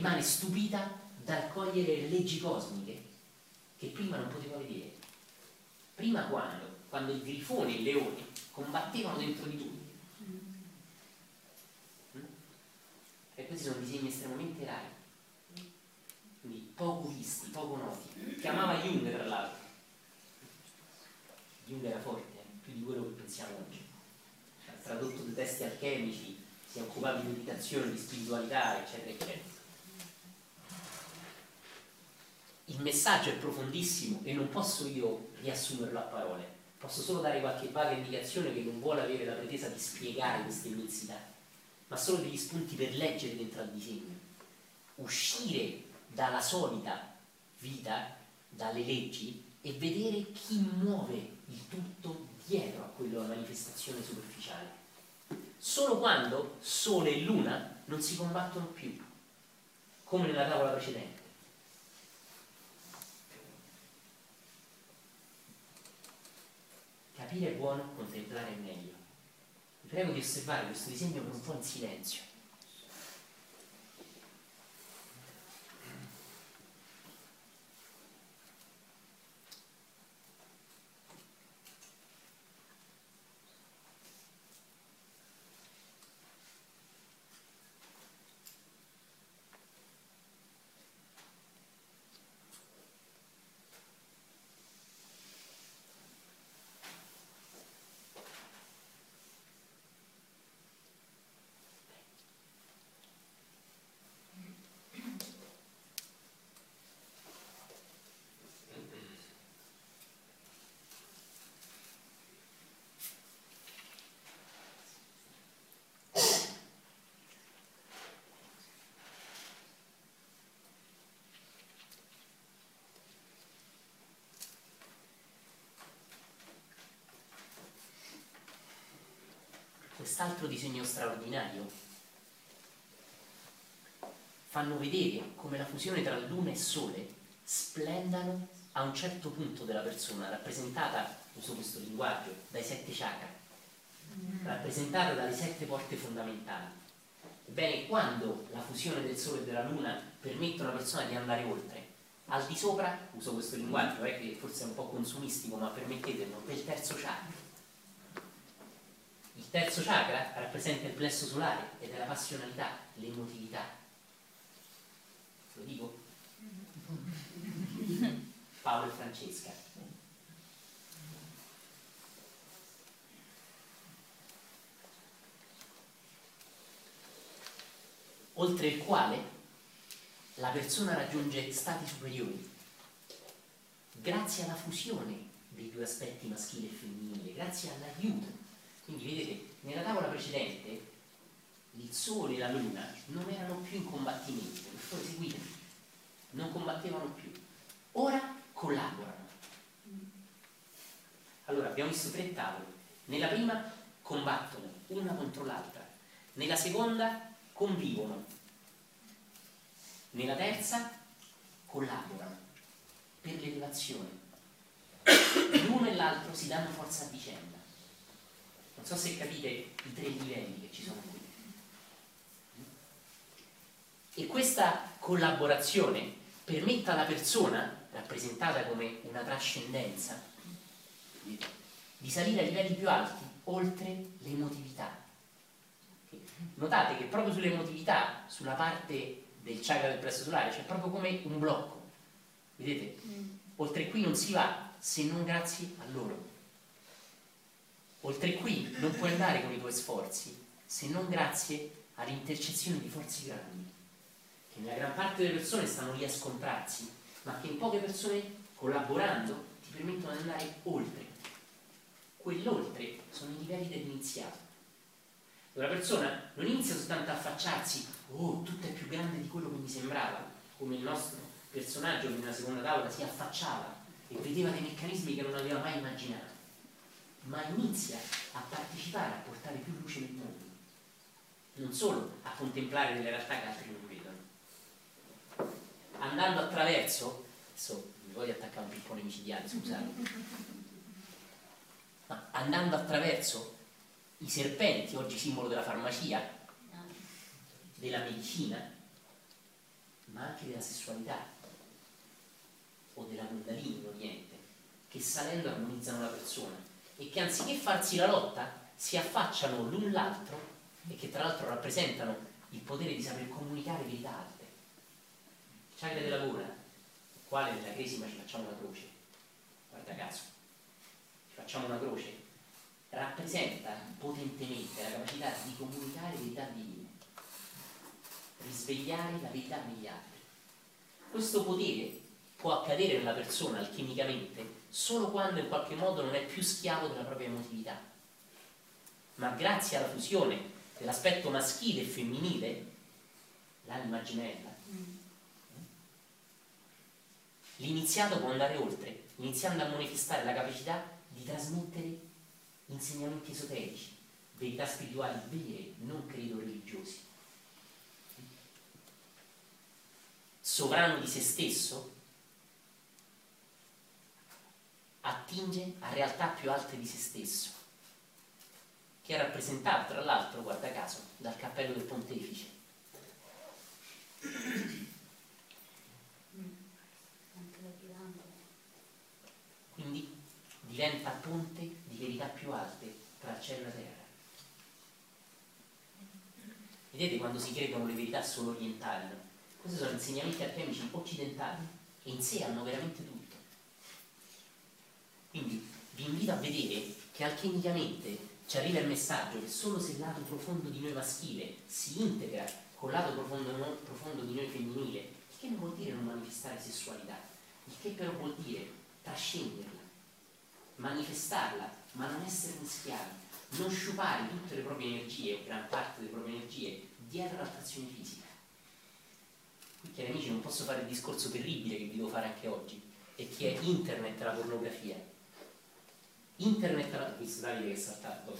rimane stupita dal cogliere le leggi cosmiche che prima non poteva vedere. Prima quando il grifone e il leone combattevano dentro di lui. E questi sono disegni estremamente rari, quindi poco visti, poco noti. Chiamava Jung, tra l'altro. Jung era forte, più di quello che pensiamo oggi. Ha tradotto dei testi alchemici, si è occupato di meditazione, di spiritualità, eccetera, eccetera. Il messaggio è profondissimo e non posso io riassumerlo a parole, posso solo dare qualche vaga indicazione che non vuole avere la pretesa di spiegare queste immensità, ma solo degli spunti per leggere dentro al disegno, uscire dalla solita vita, dalle leggi, e vedere chi muove il tutto dietro a quella manifestazione superficiale. Solo quando Sole e Luna non si combattono più, come nella tavola precedente. Capire è buono, contemplare è meglio. Vi prego di osservare questo disegno per un po' in silenzio. Quest'altro disegno straordinario fanno vedere come la fusione tra Luna e Sole splendano a un certo punto della persona, rappresentata, uso questo linguaggio, dai 7 chakra, rappresentata dalle 7 porte fondamentali. Ebbene, quando la fusione del Sole e della Luna permette a una persona di andare oltre, al di sopra, uso questo linguaggio che forse è un po' consumistico, ma permettetemelo, del terzo chakra. Il terzo chakra rappresenta il plesso solare ed è la passionalità, l'emotività. Lo dico? Paolo e Francesca. Oltre il quale la persona raggiunge stati superiori grazie alla fusione dei due aspetti maschile e femminile, grazie all'aiuto. Quindi vedete, nella tavola precedente il Sole e la Luna non erano più in combattimento, per favore seguitemi, non combattevano più, ora collaborano. Allora abbiamo visto 3 tavole, nella prima combattono una contro l'altra, nella seconda convivono, nella terza collaborano per l'elevazione. L'uno e l'altro si danno forza a vicenda. Non so se capite i 3 livelli che ci sono qui. E questa collaborazione permette alla persona, rappresentata come una trascendenza, di salire a livelli più alti, oltre l'emotività. Notate che proprio sull'emotività, sulla parte del chakra del plesso solare, c'è proprio come un blocco. Vedete? Oltre qui non si va se non grazie a loro. Oltre qui non puoi andare con i tuoi sforzi se non grazie all'intercessione di forze grandi, che nella gran parte delle persone stanno lì a scontrarsi, ma che in poche persone, collaborando, ti permettono di andare oltre. Quell'oltre sono i livelli dell'iniziato. Una persona non inizia soltanto a affacciarsi, oh, tutto è più grande di quello che mi sembrava, come il nostro personaggio che nella seconda tavola si affacciava e vedeva dei meccanismi che non aveva mai immaginato, ma inizia a partecipare, a portare più luce nel mondo, non solo a contemplare delle realtà che altri non vedono. Andando attraverso, adesso mi voglio attaccare un piccone micidiale, scusate, ma andando attraverso i serpenti, oggi simbolo della farmacia, della medicina, ma anche della sessualità o della Kundalini in Oriente, che salendo armonizzano la persona e che anziché farsi la lotta si affacciano l'un l'altro e che tra l'altro rappresentano il potere di saper comunicare verità alte. Il chakra della gola, quale nella Cresima ci facciamo una croce, guarda caso, ci facciamo una croce, rappresenta potentemente la capacità di comunicare verità divine, risvegliare la verità negli altri. Questo potere può accadere nella persona alchimicamente solo quando in qualche modo non è più schiavo della propria emotività, ma grazie alla fusione dell'aspetto maschile e femminile, l'anima gemella, l'iniziato può andare oltre, iniziando a manifestare la capacità di trasmettere insegnamenti esoterici, verità spirituali vere, non credo religiosi. Sovrano di se stesso, attinge a realtà più alte di se stesso, che è rappresentato tra l'altro, guarda caso, dal cappello del pontefice. Quindi diventa ponte di verità più alte tra il cielo e la terra. Vedete quando si credono le verità solo orientali, no? Questi sono insegnamenti alchemici occidentali e in sé hanno veramente tutto. Quindi vi invito a vedere che alchemicamente ci arriva il messaggio che solo se il lato profondo di noi maschile si integra con il lato profondo di noi femminile, il che non vuol dire non manifestare sessualità, il che però vuol dire trascenderla, manifestarla, ma non esserne schiavi, non sciupare tutte le proprie energie o gran parte delle proprie energie dietro l'attrazione fisica. Qui, cari amici, non posso fare il discorso terribile che vi devo fare anche oggi, e che è internet e la pornografia. Internet e la... visto Davide che è saltato.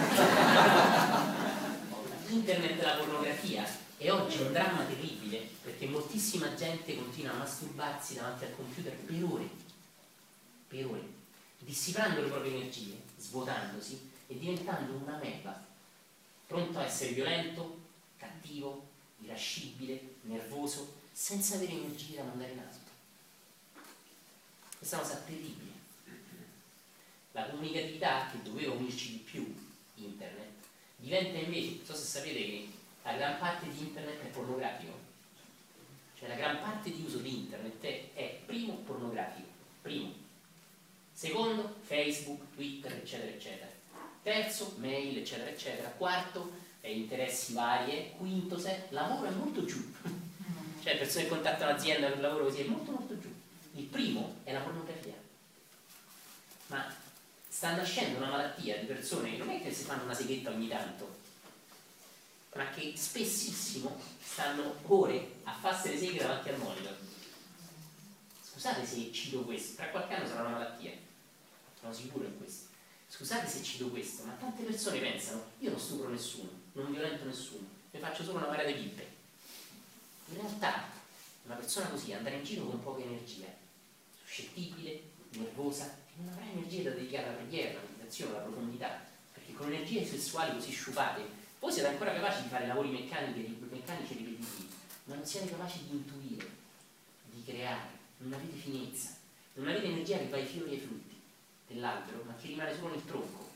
Internet e la pornografia è oggi un dramma terribile, perché moltissima gente continua a masturbarsi davanti al computer per ore, dissipando le proprie energie, svuotandosi e diventando una meba, pronto a essere violento, cattivo, irascibile, nervoso, senza avere energie da mandare in alto. Questa cosa è terribile. La comunicatività, che doveva unirci di più, internet, diventa invece, non so se sapete che la gran parte di internet è pornografico, cioè la gran parte di uso di internet è primo pornografico, primo, secondo Facebook, Twitter, eccetera eccetera, terzo mail, eccetera eccetera, quarto interessi vari, quinto, lavoro è molto giù, cioè persone che contattano l'azienda per lavoro così è molto molto giù. Il primo è la pornografia, ma sta nascendo una malattia di persone che non è che si fanno una seghetta ogni tanto, ma che spessissimo stanno ore a farsi le seghe davanti al monitor. Scusate se cito questo, tra qualche anno sarà una malattia, sono sicuro in questo. Scusate se cito questo, ma tante persone pensano: io non stupro nessuno, non violento nessuno, mi faccio solo una marea di pippe. In realtà una persona così andrà in giro con poca energia, suscettibile, nervosa, non avrà energia da dedicare alla preghiera, alla meditazione, alla profondità, perché con energie sessuali così sciupate voi siete ancora capaci di fare lavori meccanici ripetitivi, ma non siete capaci di intuire, di creare, non avete finezza, non avete energia che va ai fiori e ai frutti dell'albero, ma che rimane solo nel tronco.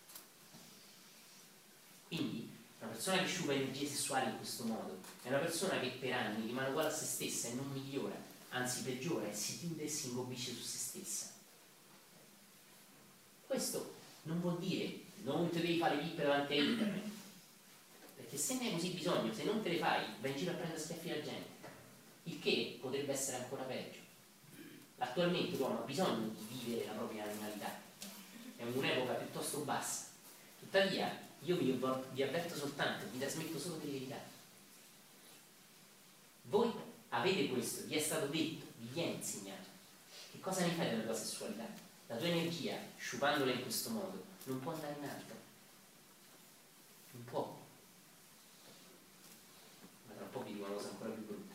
Quindi una persona che sciupa energie sessuali in questo modo è una persona che per anni rimane uguale a se stessa e non migliora, anzi peggiora e si chiude e si ingobbisce su se stessa. Questo non vuol dire non te devi fare le pippe davanti a internet, perché se ne hai così bisogno, se non te le fai, vai in giro a prendere schiaffi alla gente, il che potrebbe essere ancora peggio. Attualmente l'uomo ha bisogno di vivere la propria animalità, è un'epoca piuttosto bassa, tuttavia io vi avverto soltanto, vi trasmetto solo delle verità. Voi avete questo, vi è stato detto, vi è insegnato. Che cosa ne fai della tua sessualità? La tua energia, sciupandola in questo modo, non può andare in alto. Non può. Ma tra un po' vi dico una cosa ancora più brutta.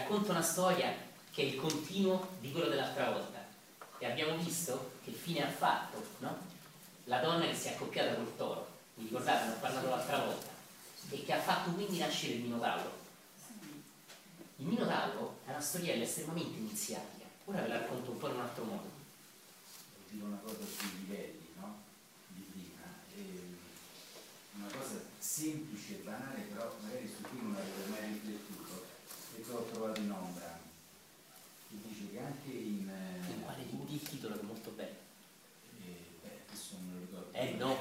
racconta una storia che è il continuo di quello dell'altra volta. E abbiamo visto che fine ha fatto, no? La donna che si è accoppiata col toro, vi ricordate, ne ho parlato l'altra volta, e che ha fatto quindi nascere il Minotauro. Il Minotauro è una storiella estremamente iniziatica. Ora ve la racconto un po' in un altro modo. Dico una cosa sui livelli, no? Di prima. Una cosa semplice e banale, però magari su cui non avevo mai riflettuto, e che ho trovato in Ombra, che dice che anche in... Il quale il titolo è molto bello. Adesso non me lo ricordo. No.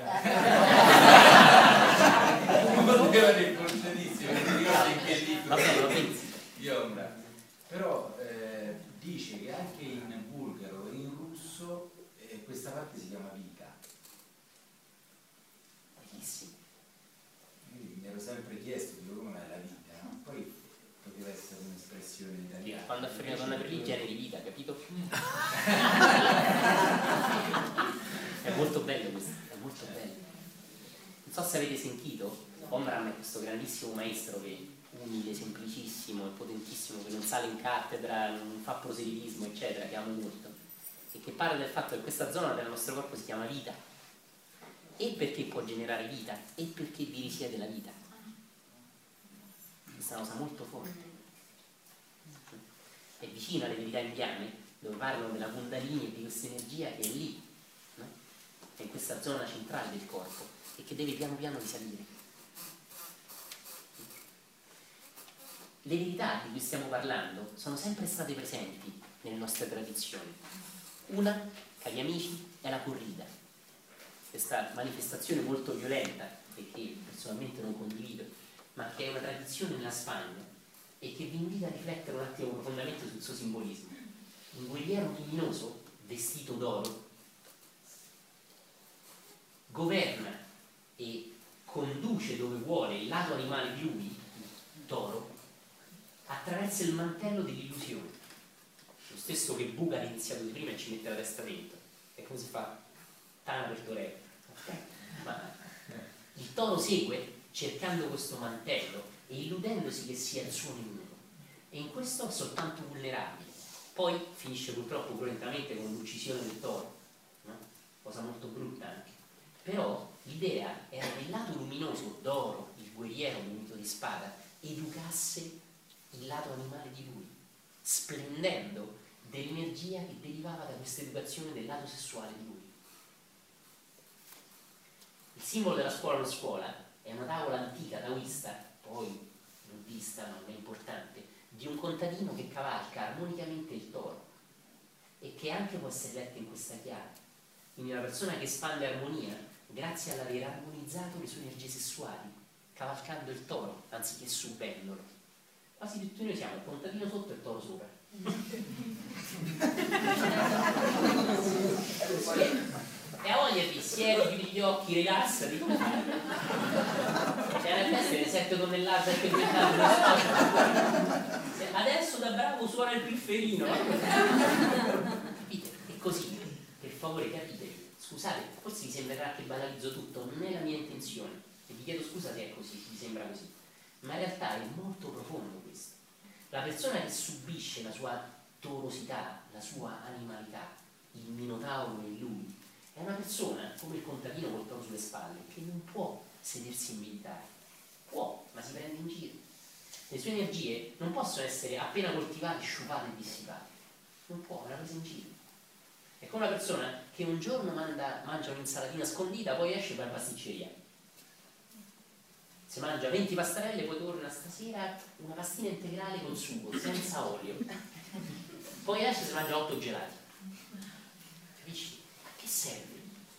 Non poteva dire fortunatissimo, non mi ricordo in che libro. Va bene. Di Ombra. Però dice che anche in bulgaro e in russo questa parte si chiama vita. Bellissimo. Mi ero sempre chiesto come è la vita, no? Poi poteva essere un'espressione italiana. Quando affermi una donna per lì generi vita, capito? È molto bello questo, è molto bello. Non so se avete sentito, Omram è questo grandissimo maestro che umile, semplicissimo e potentissimo, che non sale in cattedra, non fa proselitismo, eccetera, che amo molto, e che parla del fatto che questa zona del nostro corpo si chiama vita, e perché può generare vita, e perché vi risiede la vita. Questa è una cosa molto forte. È vicina alle verità indiane, dove parlano della Kundalini e di questa energia che è lì, no? È in questa zona centrale del corpo e che deve piano piano risalire. Le verità di cui stiamo parlando sono sempre state presenti nelle nostre tradizioni. Una, cari amici, è la corrida, questa manifestazione molto violenta e che personalmente non condivido, ma che è una tradizione nella Spagna e che vi invita a riflettere un attimo profondamente sul suo simbolismo. Un guerriero luminoso, vestito d'oro, governa e conduce dove vuole il lato animale di lui, il toro, attraverso il mantello dell'illusione. Lo stesso che Buga ha iniziato di prima e ci mette la testa dentro. È come si fa Tana per Torello. Ma il toro segue cercando questo mantello e illudendosi che sia il suo nemico. E in questo è soltanto vulnerabile. Poi finisce purtroppo cruentamente con l'uccisione del toro, no? Cosa molto brutta anche. Però l'idea era che il lato luminoso d'oro, il guerriero munito di spada, educasse il lato animale di lui, splendendo dell'energia che derivava da questa educazione del lato sessuale di lui. Il simbolo della scuola è una tavola antica taoista, poi non vista ma non è importante, di un contadino che cavalca armonicamente il toro e che anche può essere letta in questa chiave. Quindi una persona che espande armonia grazie all'aver armonizzato le sue energie sessuali, cavalcando il toro anziché subendolo. Quasi tutti noi siamo il contadino sotto e il toro sopra. E a voglia di siedi, chiudi gli occhi, rilassati. C'è nel testa le 7 tonnellate che adesso da bravo suona il pifferino. Capite? È così, per favore capite. Scusate, forse vi sembrerà che banalizzo tutto, non è la mia intenzione. E vi chiedo scusa se è così, vi sembra così. Ma in realtà è molto profondo questo. La persona che subisce la sua torosità, la sua animalità, il minotauro in lui, è una persona come il contadino col toro sulle spalle, che non può sedersi in meditare. Può, ma si prende in giro. Le sue energie non possono essere appena coltivate, sciupate e dissipate. Non può, è una presa in giro. È come una persona che un giorno mangia un'insalatina scondita, poi esce per la pasticceria. Si mangia 20 pastarelle, poi torna stasera una pastina integrale con sugo, senza olio. Poi esce e si mangia 8 gelati. Capisci? A che serve?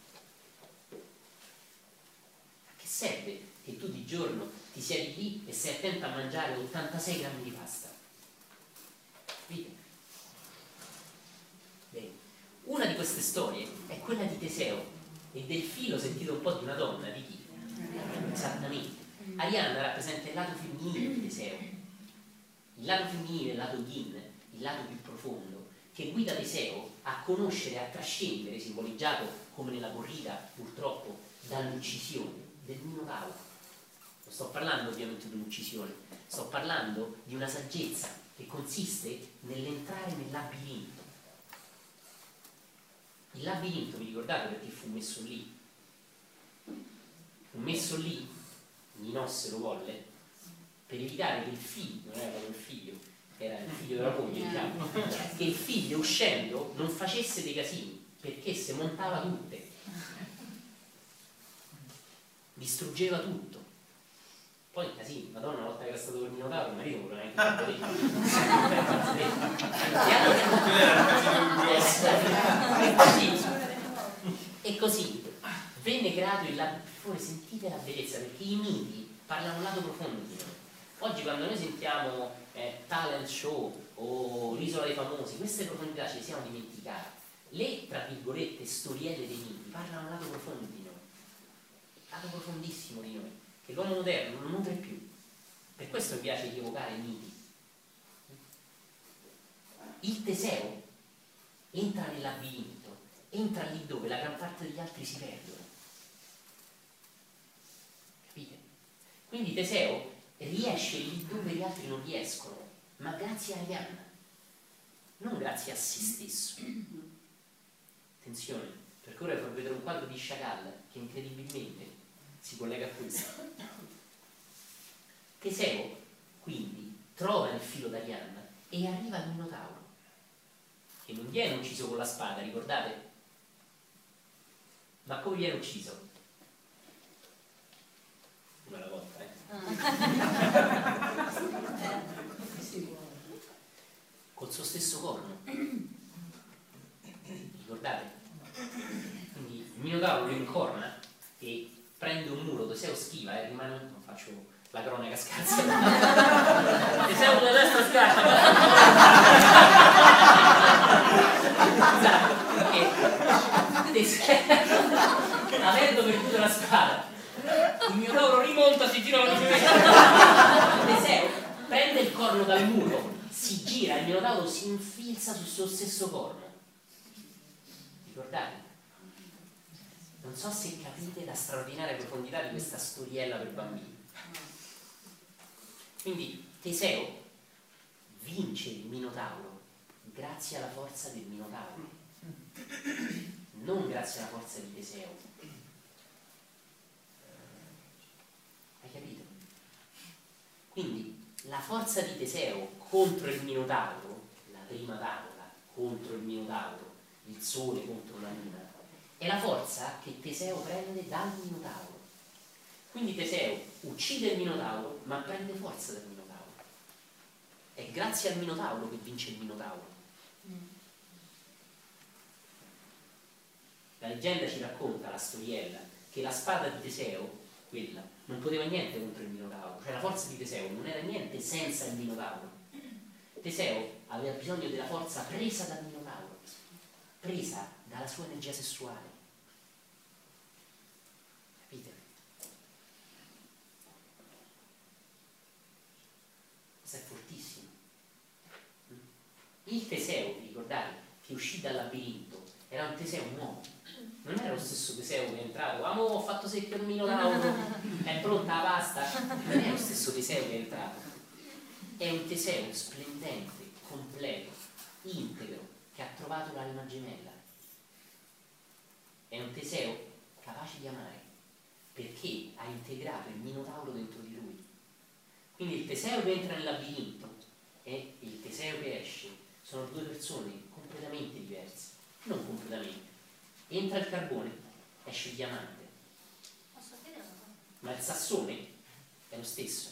A che serve che tu di giorno ti siedi lì e sei attento a mangiare 86 grammi di pasta? Capite? Bene. Una di queste storie è quella di Teseo e del filo sentito un po' di una donna, di chi? Esattamente. Arianna rappresenta il lato femminile di Teseo, il lato femminile, il lato yin, il lato più profondo, che guida Teseo a conoscere e a trascendere, simboleggiato come nella corrida purtroppo dall'uccisione del minotauro. Non sto parlando ovviamente di un'uccisione, sto parlando di una saggezza che consiste nell'entrare nel labirinto. Il labirinto, vi ricordate perché fu messo lì? Fu messo lì, Ninosse lo volle, per evitare che il figlio, non era proprio il figlio, era il figlio della moglie, diciamo, che il figlio uscendo non facesse dei casini, perché se montava tutte, distruggeva tutto. Poi in casini, madonna, una volta che era stato per Minotauro, il marito non voleva neanche e così venne creato il lato. Sentite la bellezza, perché i miti parlano un lato profondo di noi. Oggi quando noi sentiamo talent show o l'isola dei famosi, queste profondità ci siamo dimenticate. Le, tra virgolette, storielle dei miti parlano un lato profondo di noi, lato profondissimo di noi, che l'uomo moderno non nutre più. Per questo mi piace rievocare i miti. Il Teseo entra nel labirinto, entra lì dove la gran parte degli altri si perdono. Capite? Quindi Teseo riesce lì dove gli altri non riescono, ma grazie a Arianna, non grazie a se stesso. Attenzione, perché ora vi farò vedere un quadro di Chagall che incredibilmente si collega a questo. Teseo quindi trova il filo d'Arianna e arriva al Minotauro, che non viene ucciso con la spada, ricordate? Ma come viene ucciso? Una alla volta, col suo stesso corno, ricordate? Quindi il Minotauro lo incorna e prende un muro, Teseo schiva e rimane, non faccio la cronaca scarsa, Teseo da destra scappa, Teseo, avendo perduto la spada, il Minotauro rimonta, si gira Teseo prende il corno dal muro, si gira, il Minotauro si infilza sul suo stesso corno. Ricordate? Non so se capite la straordinaria profondità di questa storiella per bambini. Quindi Teseo vince il Minotauro grazie alla forza del Minotauro, non grazie alla forza di Teseo. Hai capito? Quindi la forza di Teseo contro il Minotauro, la prima tavola contro il Minotauro, il sole contro la luna, è la forza che Teseo prende dal Minotauro. Quindi Teseo uccide il Minotauro, ma prende forza dal Minotauro. È grazie al Minotauro che vince il Minotauro. La leggenda ci racconta, la storiella, che la spada di Teseo, quella, non poteva niente contro il Minotauro. Cioè la forza di Teseo non era niente senza il Minotauro. Teseo aveva bisogno della forza presa dal Minotauro, presa dalla sua energia sessuale. Capite? Questo è fortissimo. Il Teseo, vi ricordate, che uscì dal labirinto, era un Teseo nuovo. Non era lo stesso Teseo che è entrato, ho fatto secchio il Minotauro, è pronta la pasta. Non è lo stesso Teseo che è entrato. È un Teseo splendente, completo, integro, che ha trovato l'anima gemella. È un Teseo capace di amare, perché ha integrato il Minotauro dentro di lui. Quindi il Teseo che entra nel labirinto e il Teseo che esce sono due persone completamente diverse. Non completamente. Entra il carbone, esce il diamante. Ma il sassone è lo stesso.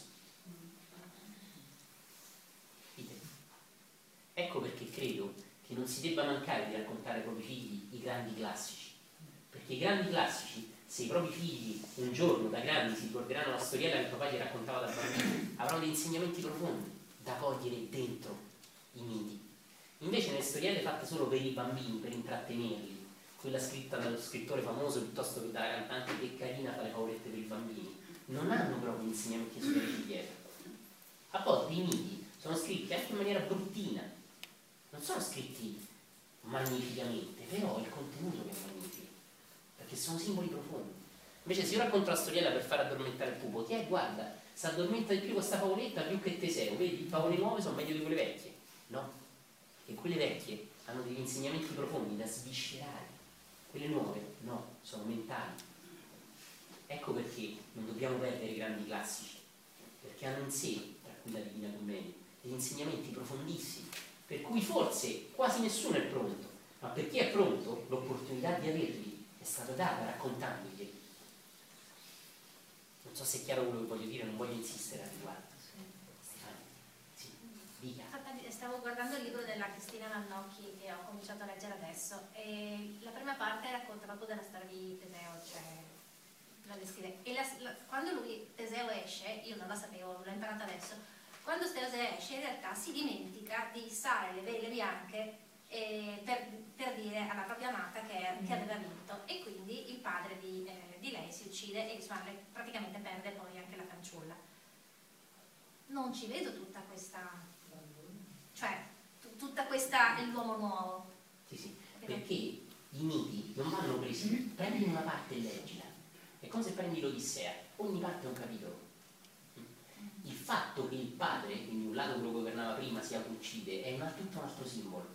Ecco perché credo che non si debba mancare di raccontare ai propri figli i grandi classici. Perché i grandi classici, se i propri figli un giorno da grandi si ricorderanno la storiella che papà gli raccontava da bambino, avranno degli insegnamenti profondi da cogliere dentro i miti. Invece nelle storielle fatte solo per i bambini, per intrattenerli, quella scritta dallo scrittore famoso piuttosto che dalla cantante che carina fa le favolette per i bambini, non hanno proprio insegnamenti esoterici dietro. A volte i miti sono scritti anche in maniera bruttina, non sono scritti magnificamente, però il contenuto che è magnifico, perché sono simboli profondi. Invece se io racconto la storiella per far addormentare il pupo, guarda, si addormenta di più con questa favoletta più che Teseo, vedi, le favole nuove sono meglio di quelle vecchie, no? E quelle vecchie hanno degli insegnamenti profondi da sviscerare, quelle nuove no, sono mentali. Ecco perché non dobbiamo perdere i grandi classici, perché hanno in sé, tra cui la Divina Commedia, degli insegnamenti profondissimi, per cui forse quasi nessuno è pronto, ma per chi è pronto l'opportunità di averli è stata data raccontandoglieli. Non so se è chiaro quello che voglio dire, non voglio insistere al riguardo. Stefania, sì, dica. Stavo guardando il libro della Cristina Nannocchi che ho cominciato a leggere adesso e la prima parte racconta proprio della storia di Teseo, cioè la descrive. E quando Teseo esce, io non la sapevo, l'ho imparata adesso, quando Teseo esce in realtà si dimentica di issare le vele bianche per dire alla propria amata che aveva vinto, e quindi il padre di lei si uccide e insomma, praticamente perde poi anche la fanciulla. Non ci vedo tutta questa, cioè tutta questa l'uomo nuovo. Sì, sì, perché i miti non vanno presi, prendi una parte e leggila. È come se prendi l'Odissea, ogni parte è un capitolo. Il fatto che il padre, quindi un lato quello che governava prima, sia che uccide, è tutto un altro simbolo.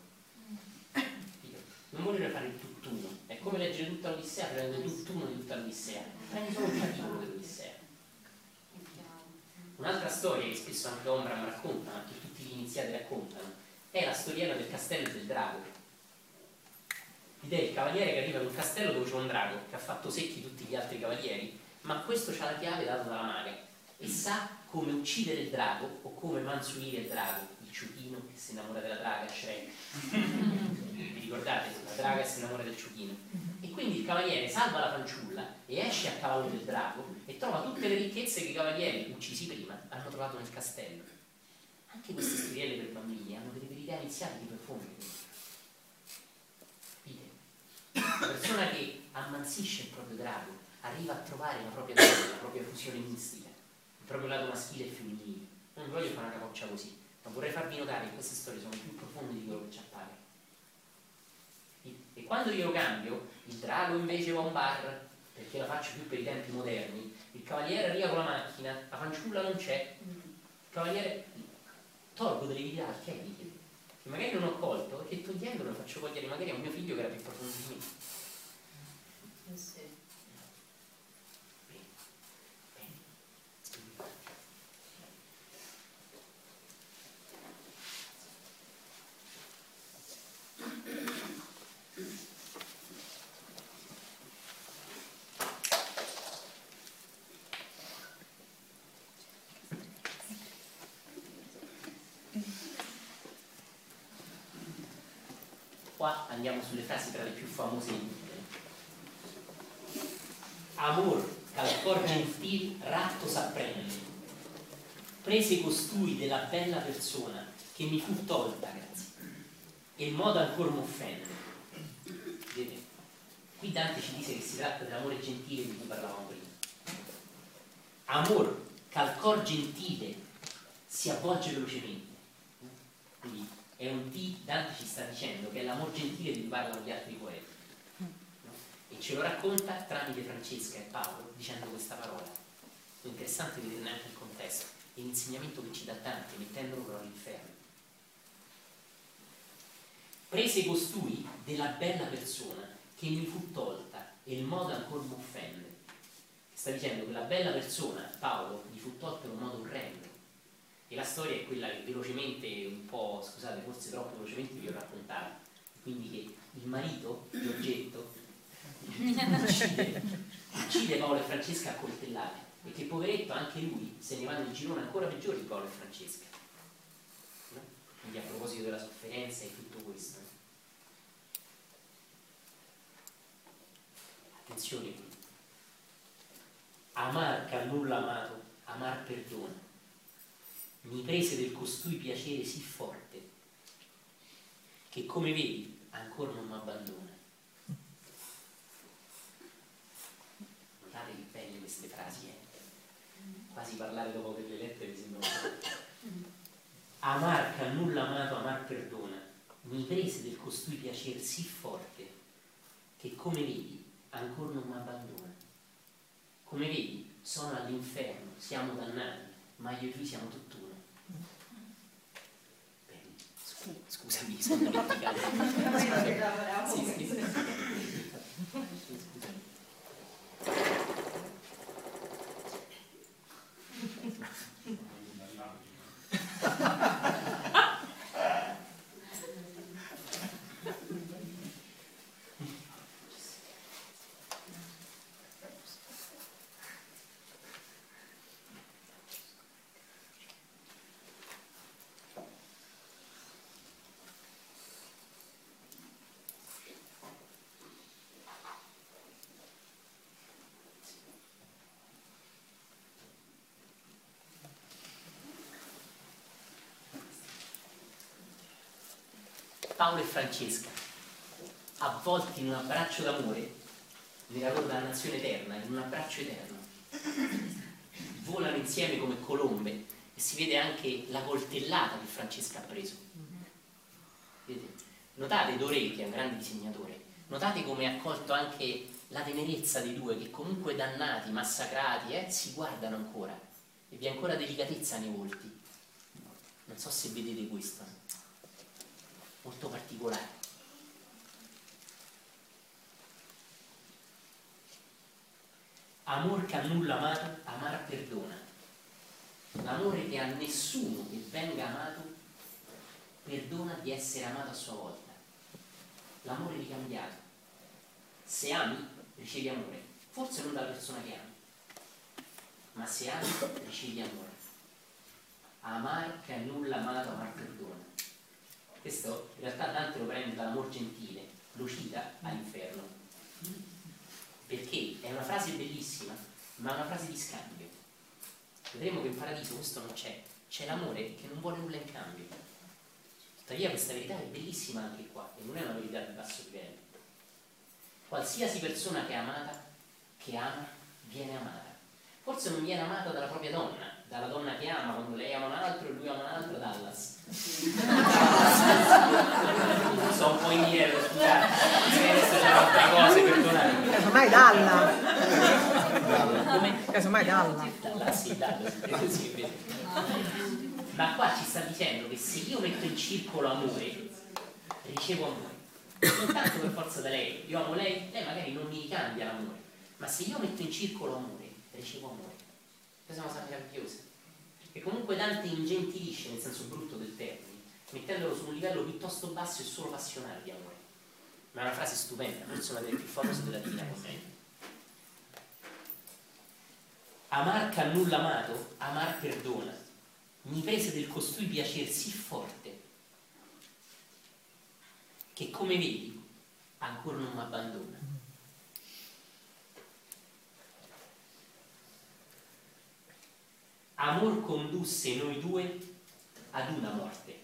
Non voglio fare il tutt'uno, è come leggere tutta l'Odissea, prendere tutt'uno di tutta l'Odissea, prendi solo un capitolo dell'Odissea. Un'altra storia che spesso anche Ombra racconta, ma che tutti gli iniziati raccontano, è la storiella del castello del drago. L'idea è il cavaliere che arriva in un castello dove c'è un drago che ha fatto secchi tutti gli altri cavalieri, ma questo c'ha la chiave data dalla maga e sa come uccidere il drago o come mansuire il drago, il ciuchino che si innamora della draga, Shrek. Vi ricordate? La draga si innamora del ciuchino. E quindi il cavaliere salva la fanciulla e esce a cavallo del drago e trova tutte le ricchezze che i cavalieri uccisi prima hanno trovato nel castello. Anche queste storielle per bambini hanno delle verità iniziali profonde. Capite? La persona che ammansisce il proprio drago arriva a trovare la propria donna, la propria fusione mistica, il proprio lato maschile e femminile. Non voglio fare una capoccia così, ma vorrei farvi notare che queste storie sono più profonde di quello che ci appare. E quando io lo cambio, il drago invece va a un bar, perché la faccio più per i tempi moderni, il cavaliere arriva con la macchina, la fanciulla non c'è, il cavaliere tolgo delle verità alchemiche che magari non ho colto e che togliendolo faccio cogliere magari a un mio figlio che era più profondo di me. Sì. Qua andiamo sulle frasi tra le più famose di tutte. Amor, dal cor gentil ratto s'apprende, prese costui della bella persona che mi fu tolta, grazie, e il modo ancor m'offende. Vedete? Qui Dante ci dice che si tratta dell'amore gentile di cui parlavamo prima. Amor, che cor gentile si avvolge velocemente. Quindi è un Dante ci sta dicendo che è l'amor gentile di cui parlano gli altri poeti, no? E ce lo racconta tramite Francesca e Paolo dicendo questa parola. È interessante vedere anche il contesto e l'insegnamento che ci dà Dante mettendolo però all'inferno. Prese costui della bella persona che mi fu tolta e il modo ancor m'offende. Sta dicendo che la bella persona, Paolo, gli fu tolta in un modo orrendo. E la storia è quella che velocemente, un po', scusate, forse troppo velocemente vi ho raccontato. Quindi che il marito, l'oggetto, uccide Paolo e Francesca a coltellate. E che poveretto anche lui se ne va nel girone ancora peggiore di Paolo e Francesca. No? Quindi a proposito della sofferenza e tutto questo. Attenzione qui. Amar che a nulla amato, amar perdona. Mi prese del costui piacere sì forte che come vedi ancora non mi abbandona. Notate che belle queste frasi, quasi parlare dopo delle lettere mi sembra amar che a nulla amato amar perdona, mi prese del costui piacere sì forte che come vedi ancora non mi abbandona. Come vedi sono all'inferno, siamo dannati, ma io e lui siamo tutt'uno. Scusami, sono dimenticato. Sì. Paolo e Francesca, avvolti in un abbraccio d'amore, nella loro dannazione eterna, in un abbraccio eterno, volano insieme come colombe e si vede anche la coltellata che Francesca ha preso. Vedete? Notate Doré, che è un grande disegnatore, notate come ha colto anche la tenerezza dei due, che comunque dannati, massacrati, si guardano ancora e vi è ancora delicatezza nei volti. Non so se vedete questo, molto particolare. Amor che a nulla amato, amar perdona. L'amore che a nessuno che venga amato perdona di essere amato a sua volta. L'amore ricambiato. Se ami, ricevi amore. Forse non dalla persona che ami, ma se ami, ricevi amore. Amar che a nulla amato, amar perdona. Questo in realtà Dante lo prende dall'amor gentile, lo cita all'Inferno, perché è una frase bellissima, ma è una frase di scambio. Vedremo che in paradiso questo non c'è l'amore che non vuole nulla in cambio. Tuttavia questa verità è bellissima anche qua, e non è una verità di basso livello. Qualsiasi persona che è amata, che ama, viene amata. Forse non viene amata dalla propria donna, dalla donna che ama, quando lei ama un altro e lui ama un altro, Dallas. Sto un po' indietro, scusate, se adesso c'erano altre cose, perdonatemi. Casomai Dalla. Come? Casomai Dalla. Sì, vedi. Ma qua ci sta dicendo che se io metto in circolo amore, ricevo amore. Non tanto per forza da lei, io amo lei magari non mi ricambia l'amore, ma se io metto in circolo amore, ricevo amore. Questa è una cosa meravigliosa. E comunque Dante ingentilisce, nel senso brutto del termine, mettendolo su un livello piuttosto basso e solo passionale di amore. Ma è una frase stupenda, forse una delle più famose della Divina Commedia. Amar che a nulla amato, amar perdona. Mi prese del costui piacer sì forte che, come vedi, ancora non mi abbandona. Amor condusse noi due ad una morte.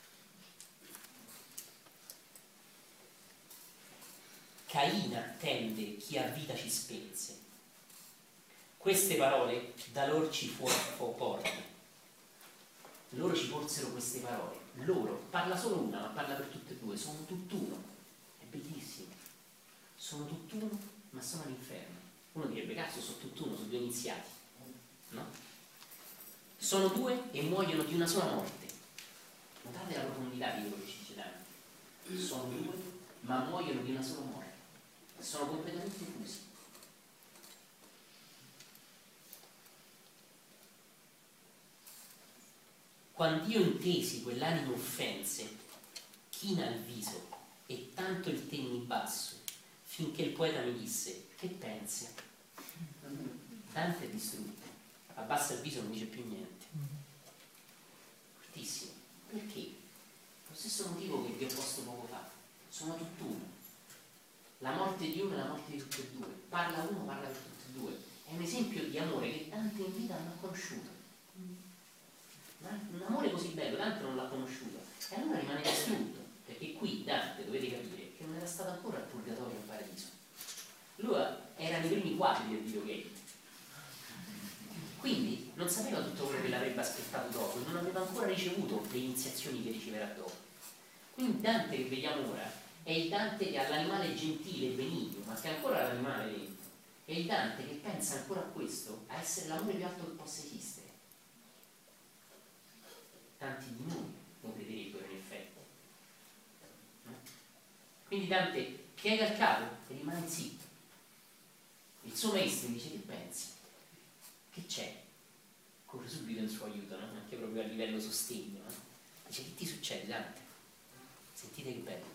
Caina attende chi a vita ci spense. Queste parole da loro ci fu porte. Loro ci porsero queste parole. Loro, parla solo una, ma parla per tutte e due. Sono tutt'uno. È bellissimo. Sono tutt'uno, ma sono all'inferno. Uno direbbe, cazzo, sono tutt'uno, sono due iniziati. No? Sono due e muoiono di una sola morte. Notate la profondità di quello che ci dice Dante. Sono due, ma muoiono di una sola morte. Sono completamente fusi. Quando io intesi quell'animo offense, china il viso e tanto il tenni basso, finché il poeta mi disse, che pensi? Dante è distrutto, abbassa il viso e non dice più niente. Fortissimo. Perché? Lo stesso motivo che vi ho posto poco fa. Sono tutt'uno. La morte di uno è la morte di tutti e due. Parla uno, parla per tutti e due. È un esempio di amore che Dante in vita non ha conosciuto. Un amore così bello, Dante non l'ha conosciuto. E allora rimane distrutto. Perché qui Dante, dovete capire, che non era stato ancora al purgatorio in paradiso. Lui era nei primi quadri del videogame. Quindi non sapeva tutto quello che l'avrebbe aspettato dopo, non aveva ancora ricevuto le iniziazioni che riceverà dopo. Quindi Dante che vediamo ora è il Dante che ha l'animale gentile e benigno, ma che ha ancora l'animale dentro. È il Dante che pensa ancora a questo, a essere l'amore più alto che possa esistere. tanti di noi lo crederebbero in effetti. Quindi Dante piega il capo e rimane zitto. Il suo maestro gli dice: che pensi? Che c'è? Corre subito in suo aiuto, no? Anche proprio a livello sostegno, no? Dice: che ti succede, Dante? Sentite che bello.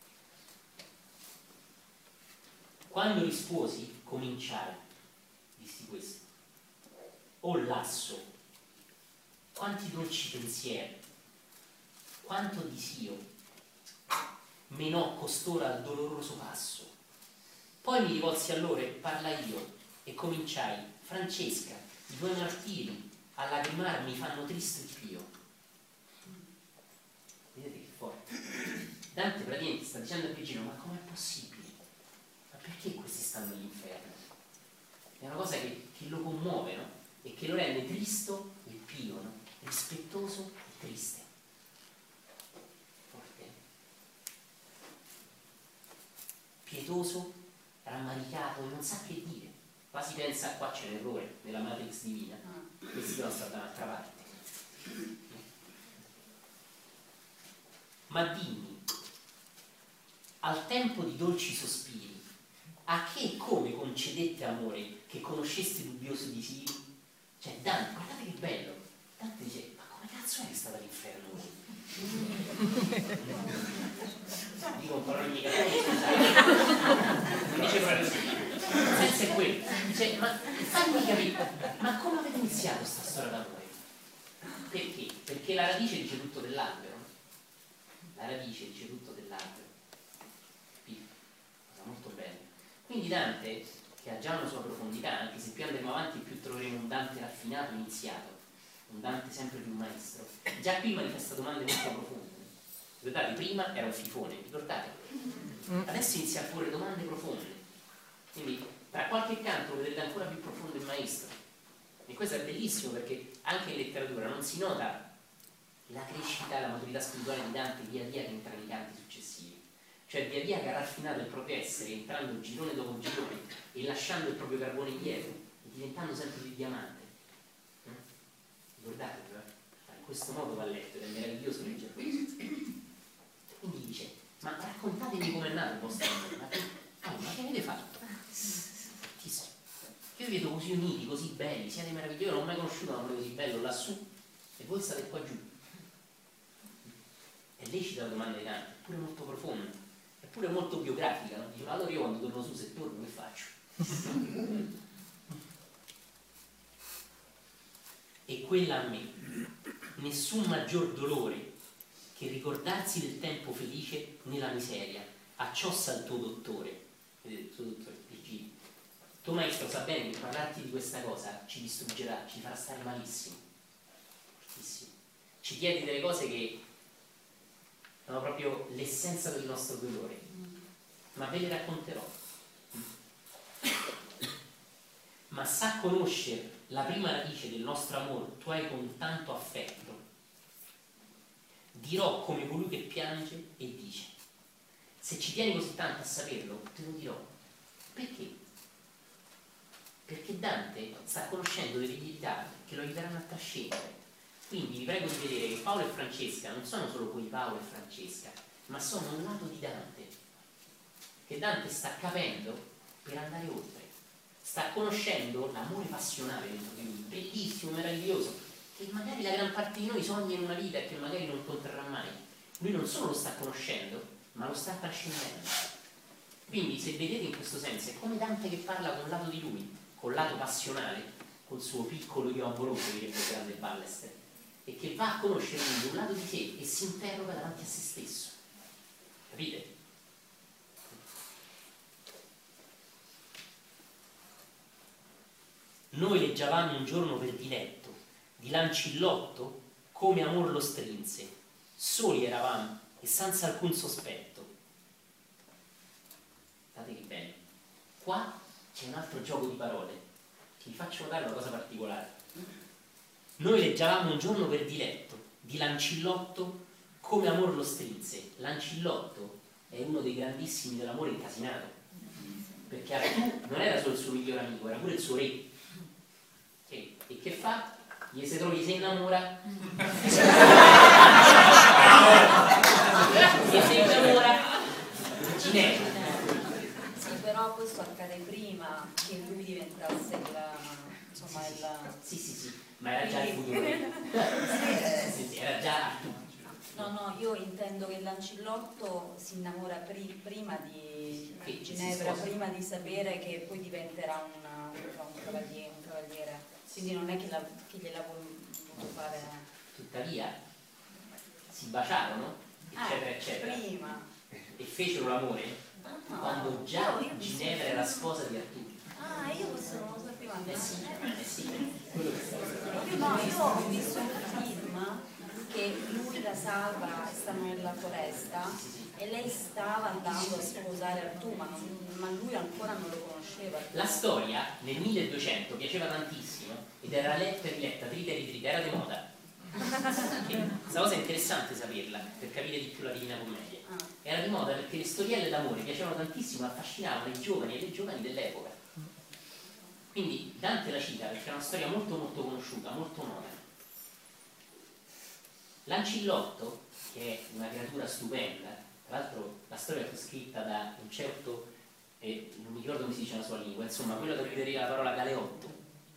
Quando risposi, cominciai, dissi questo: o lasso, quanti dolci pensieri, quanto disio menò costoro al doloroso passo. Poi mi rivolsi a loro e parlai io e cominciai: Francesca, i tuoi martiri a lagrimar mi fanno triste e pio. Vedete che forte. Dante praticamente sta dicendo a Virgilio: ma com'è possibile? Ma perché questi stanno all'inferno? È una cosa che lo commuove, no? E che lo rende tristo e pio, no? Rispettoso e triste. Forte. Pietoso, rammaricato, non sa che dire. Quasi pensa: qua c'è l'errore nella Matrix divina, questi devono stare da un'altra parte. Ma dimmi, al tempo di dolci sospiri, a che e come concedette amore che conosceste dubbioso disiri? Cioè Dante, guardate che bello, Dante dice: ma come cazzo è stata all'inferno? Dico un parole mica, non dice proprio così. Il senso è quello, dice: ma fammi capire, ma come avete iniziato questa storia d'amore? Perché? Perché la radice dice tutto dell'albero. La radice dice tutto dell'albero. Cosa molto bella. Quindi Dante, che ha già una sua profondità, anche se più andremo avanti più troveremo un Dante raffinato, iniziato, un Dante sempre più maestro, già qui manifesta domande molto profonde. Ricordate, prima era un fifone, ricordate? Adesso inizia a porre domande profonde. Quindi tra qualche canto lo vedrete ancora più profondo il maestro. E questo è bellissimo, perché anche in letteratura non si nota la crescita, la maturità spirituale di Dante via via che entra nei canti successivi. Cioè via via che ha raffinato il proprio essere, entrando girone dopo girone e lasciando il proprio carbone indietro e diventando sempre più diamante. Ricordatevi, in questo modo va letto ed è meraviglioso leggere questo. Quindi dice: ma raccontatemi com'è nato il vostro amore, ma che avete fatto? Io vi vedo così uniti, così belli, siete meravigliosi, io non ho mai conosciuto un amore così bello lassù e voi state qua giù. È lecita la domanda di Dante, eppure molto profonda, eppure molto biografica, no? Dice: ma allora io quando torno su, se torno, che faccio? E quella a me, nessun maggior dolore che ricordarsi del tempo felice nella miseria, acciossa il tuo dottore. Vedete, il tuo dottore, Virgilio. Tuo maestro sa bene che parlarti di questa cosa ci distruggerà, ci farà stare malissimo. Fortissimo. Ci chiedi delle cose che sono proprio l'essenza del nostro dolore, ma ve le racconterò. Ma sa conoscere la prima radice del nostro amore, tu hai con tanto affetto. Dirò come colui che piange e dice: se ci tieni così tanto a saperlo, te lo dirò. Perché? Perché Dante sta conoscendo delle verità che lo aiuteranno a trascendere. Quindi vi prego di vedere che Paolo e Francesca non sono solo quei Paolo e Francesca, ma sono un lato di Dante, che Dante sta capendo per andare oltre. Sta conoscendo l'amore passionale dentro di lui, bellissimo, meraviglioso, che magari la gran parte di noi sogna in una vita e che magari non incontrerà mai. Lui non solo lo sta conoscendo, ma lo sta trascendendo. Quindi se vedete in questo senso è come Dante che parla con un lato di lui, col lato passionale, col suo piccolo io amoroso, direbbe il grande Ballester, e che va a conoscere un lato di sé e si interroga davanti a se stesso. Capite? Noi leggiavamo un giorno per diletto di Lancillotto come amor lo strinse, soli eravamo e senza alcun sospetto. Guardate che bello. Qua c'è un altro gioco di parole, vi faccio notare una cosa particolare. Noi leggiavamo un giorno per diletto di Lancillotto come amor lo strinse. Lancillotto è uno dei grandissimi dell'amore incasinato, perché Artù non era solo il suo migliore amico, era pure il suo re. E che fa? Gli si innamora E si innamora Ginevra. Sì, però questo accade prima che lui diventasse insomma Sì, ma era già il futuro. Sì, era già No, io intendo che Lancillotto si innamora prima di Ginevra, prima di sapere che poi diventerà un cavaliere. Quindi non è che gliel'ha voluto fare. Tuttavia si baciarono, eccetera. Prima. E fecero l'amore quando già Ginevra era sposa di Arturo. Ah, io questo non lo sapevo. Sì, quello che stavo No, io ho visto un film che lui la salva e stanno nella foresta e lei stava andando a sposare Artù, ma lui ancora non lo conosceva. La storia nel 1200 piaceva tantissimo ed era letta e riletta, trita e ritrita, era di moda. Questa cosa è interessante saperla per capire di più la Divina Commedia. Era di moda perché le storielle d'amore piacevano tantissimo, affascinavano i giovani e le giovani dell'epoca. Quindi Dante la cita perché è una storia molto molto conosciuta, molto nota. Lancillotto, che è una creatura stupenda, tra l'altro la storia fu scritta da un certo, non mi ricordo come si dice la sua lingua, insomma quello da cui deriva la parola galeotto,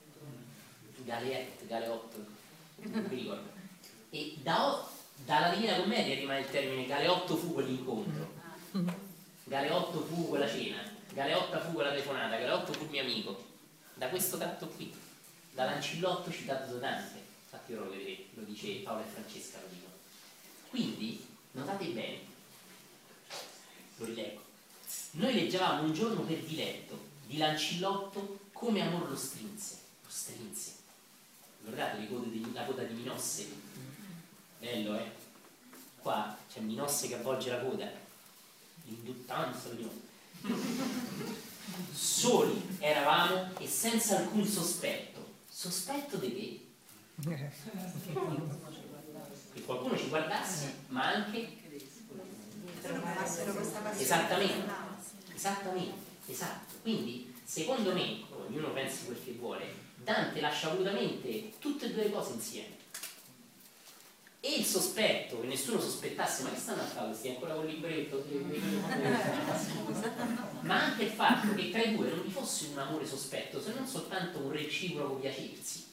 galeotto, non mi ricordo, e dalla Divina Commedia rimane il termine galeotto fu quell'incontro, galeotto fu quella cena, galeotta fu quella telefonata, galeotto fu il mio amico, da questo tratto qui, da Lancillotto citato da Dante. Infatti ora lo dice Paolo e Francesca, lo dicono. Quindi, notate bene, lo rileggo. Noi leggevamo un giorno per diletto di Lancillotto come amor lo strinse. Guardate la coda di Minosse? Bello, eh? Qua c'è Minosse che avvolge la coda. L'induttanza di Minosse. Soli eravamo e senza alcun sospetto. Sospetto di che? Che qualcuno ci guardasse, ma anche esatto. Quindi secondo me, ognuno pensi quel che vuole, Dante lascia volutamente tutte e due le cose insieme, e il sospetto, che nessuno sospettasse ma che stanno a fare questi ancora con il libretto, ma anche il fatto che tra i due non vi fosse un amore sospetto, se non soltanto un reciproco piacersi.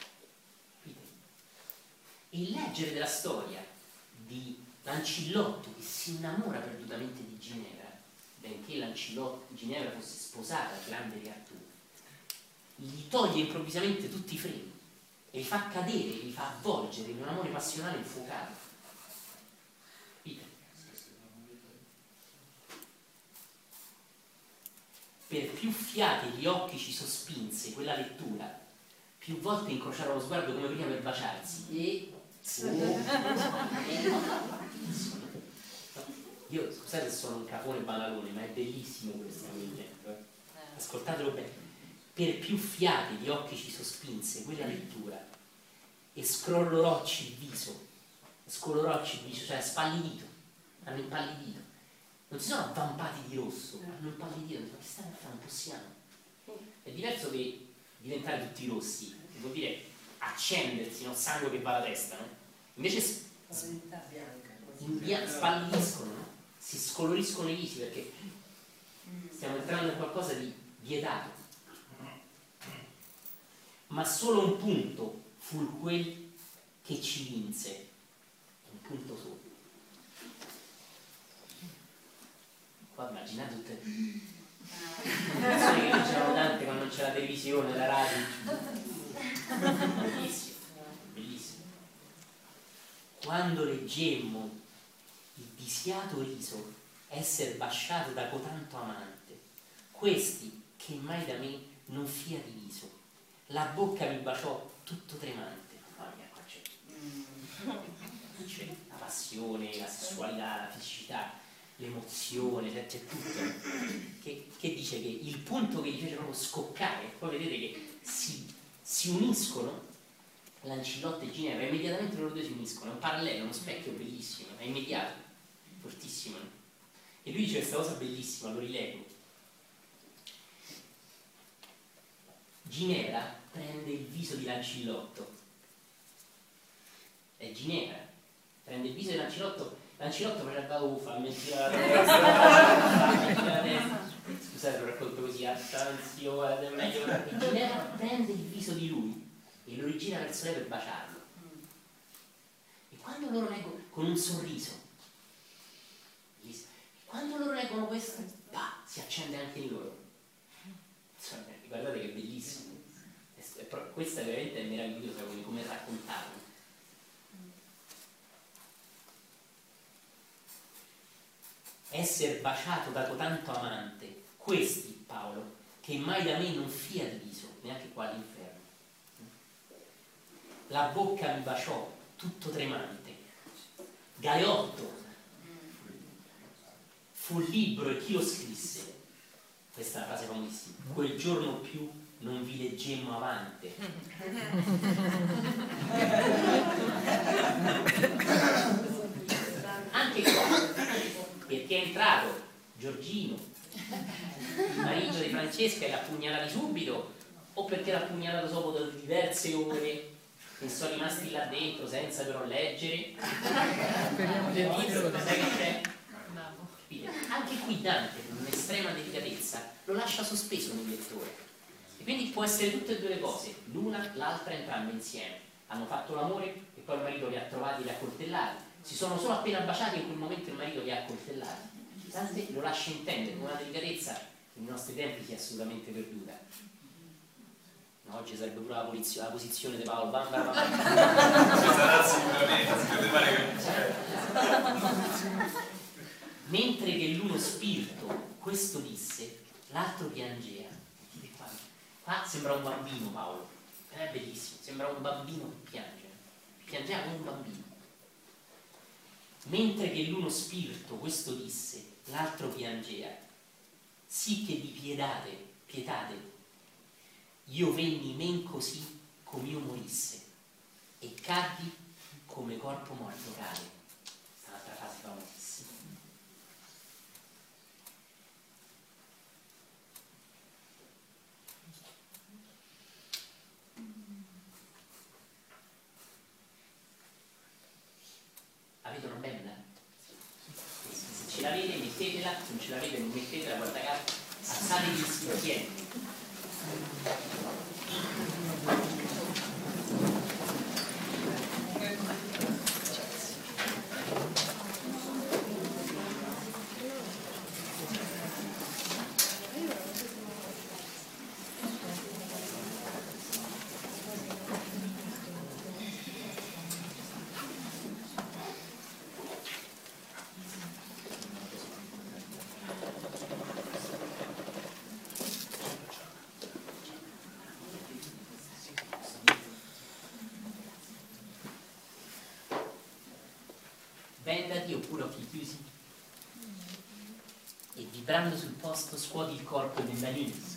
E il leggere della storia di Lancillotto che si innamora perdutamente di Ginevra, benché Ginevra fosse sposata al grande re Artù, gli toglie improvvisamente tutti i freni e li fa cadere, li fa avvolgere in un amore passionale infuocato. Capite? Per più fiate gli occhi ci sospinse quella lettura, più volte incrociarono lo sguardo come prima per baciarsi e io scusate se sono un cafone banalone, ma è bellissimo questo leggendo, ascoltatelo bene. Per più fiate di occhi ci sospinse quella lettura e scolorocci il viso, cioè spallidito, hanno impallidito, non si sono avvampati di rosso, hanno impallidito, ma che stanno a fare, non possiamo. È diverso che diventare tutti rossi, che vuol dire accendersi, no? Sangue che va alla testa, no? Invece spallidiscono, no? Si scoloriscono i visi perché stiamo entrando in qualcosa di vietato. Ma solo un punto fu quel che ci vinse, un punto solo. Qua immaginate tutte persone che leggevano Dante quando non c'era la televisione, la radio. Bellissimo, bellissimo. Quando leggemmo il disiato riso esser basciato da cotanto amante, questi che mai da me non fia diviso, la bocca mi baciò tutto tremante. Mamma mia, qua c'è la passione, la sessualità, la fisicità, l'emozione, c'è tutto. Che dice che il punto che gli fece proprio scoccare, poi vedete che si uniscono Lancillotto e Ginevra, immediatamente loro due si uniscono, è un parallelo, uno specchio bellissimo, è immediato, fortissimo. E lui dice questa cosa bellissima, lo rilego. Ginevra prende il viso di Lancillotto, è Ginevra prende il viso di Lancilotto faceva la uffa, metteva la testa, scusate lo racconto così, attenzione, meglio, e Ginevra prende il viso di lui e lo rigira verso lei per baciarlo. E quando loro leggono, con un sorriso, quando loro leggono questo, si accende anche in loro. Guardate che bellissimo. Questa veramente è meravigliosa come raccontarlo. Essere baciato da cotanto amante, questi, Paolo, che mai da me non fia diviso, neanche qua all'inferno. La bocca mi baciò, tutto tremante. Galeotto fu il libro e chi lo scrisse. Questa è una frase famosissima. Quel giorno più non vi leggemmo avante. Anche qua, perché è entrato Giorgino, il marito di Francesca, e l'ha pugnalata subito, o perché l'ha pugnalata dopo diverse ore e sono rimasti là dentro senza però leggere. Sai che c'è? Anche qui Dante, con un'estrema delicatezza, lo lascia sospeso nel lettore. E quindi può essere tutte e due le cose, l'una, l'altra, entrambe insieme. Hanno fatto l'amore e poi il marito li ha trovati, li ha coltellati. Si sono solo appena baciati e in quel momento il marito li ha coltellati. Dante lo lascia intendere con una delicatezza che nei nostri tempi si è assolutamente perduta. No, oggi sarebbe pure la posizione di Paolo. Sarà sicuramente, mentre che l'uno spirito questo disse, l'altro piangea. Qua sembra un bambino Paolo, è bellissimo, sembra un bambino che piange, piangeva come un bambino. Mentre che l'uno spirito questo disse, l'altro piangea, sì che di pietate, io venni men così come io morisse, e caddi come corpo morto cade. Questa è un'altra frase famosissima. Avete una bella? Se ce l'avete mettetela, se non ce l'avete non mettetela, guarda caso, alzate gli spicchietti. Vendati oppure occhi chiusi e vibrando sul posto scuoti il corpo del manino.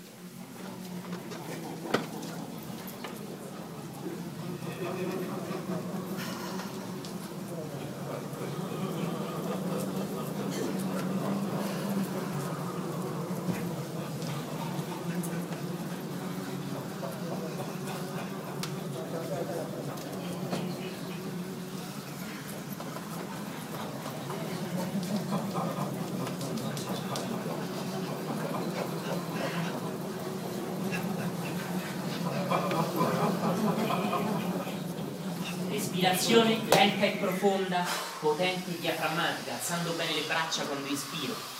Respirazione lenta e profonda, potente e diaframmatica, alzando bene le braccia quando inspiro.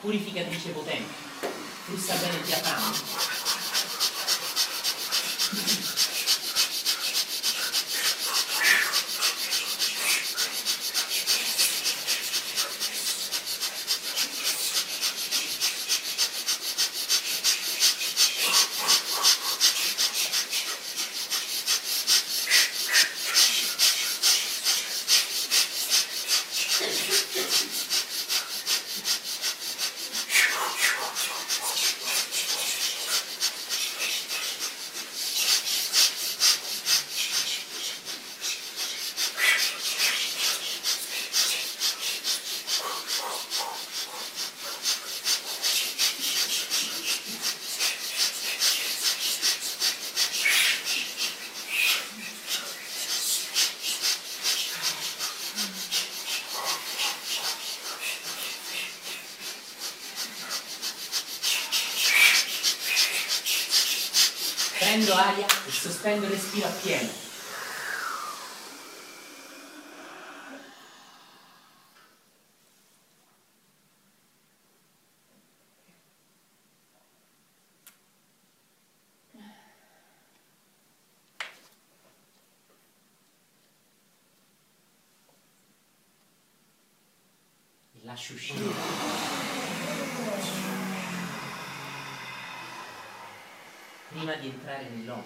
purificatrice potente, frusta bene il diaframma. Prendo aria e sospendo il respiro a pieno. E lascio uscire. Prima di entrare nell'Om,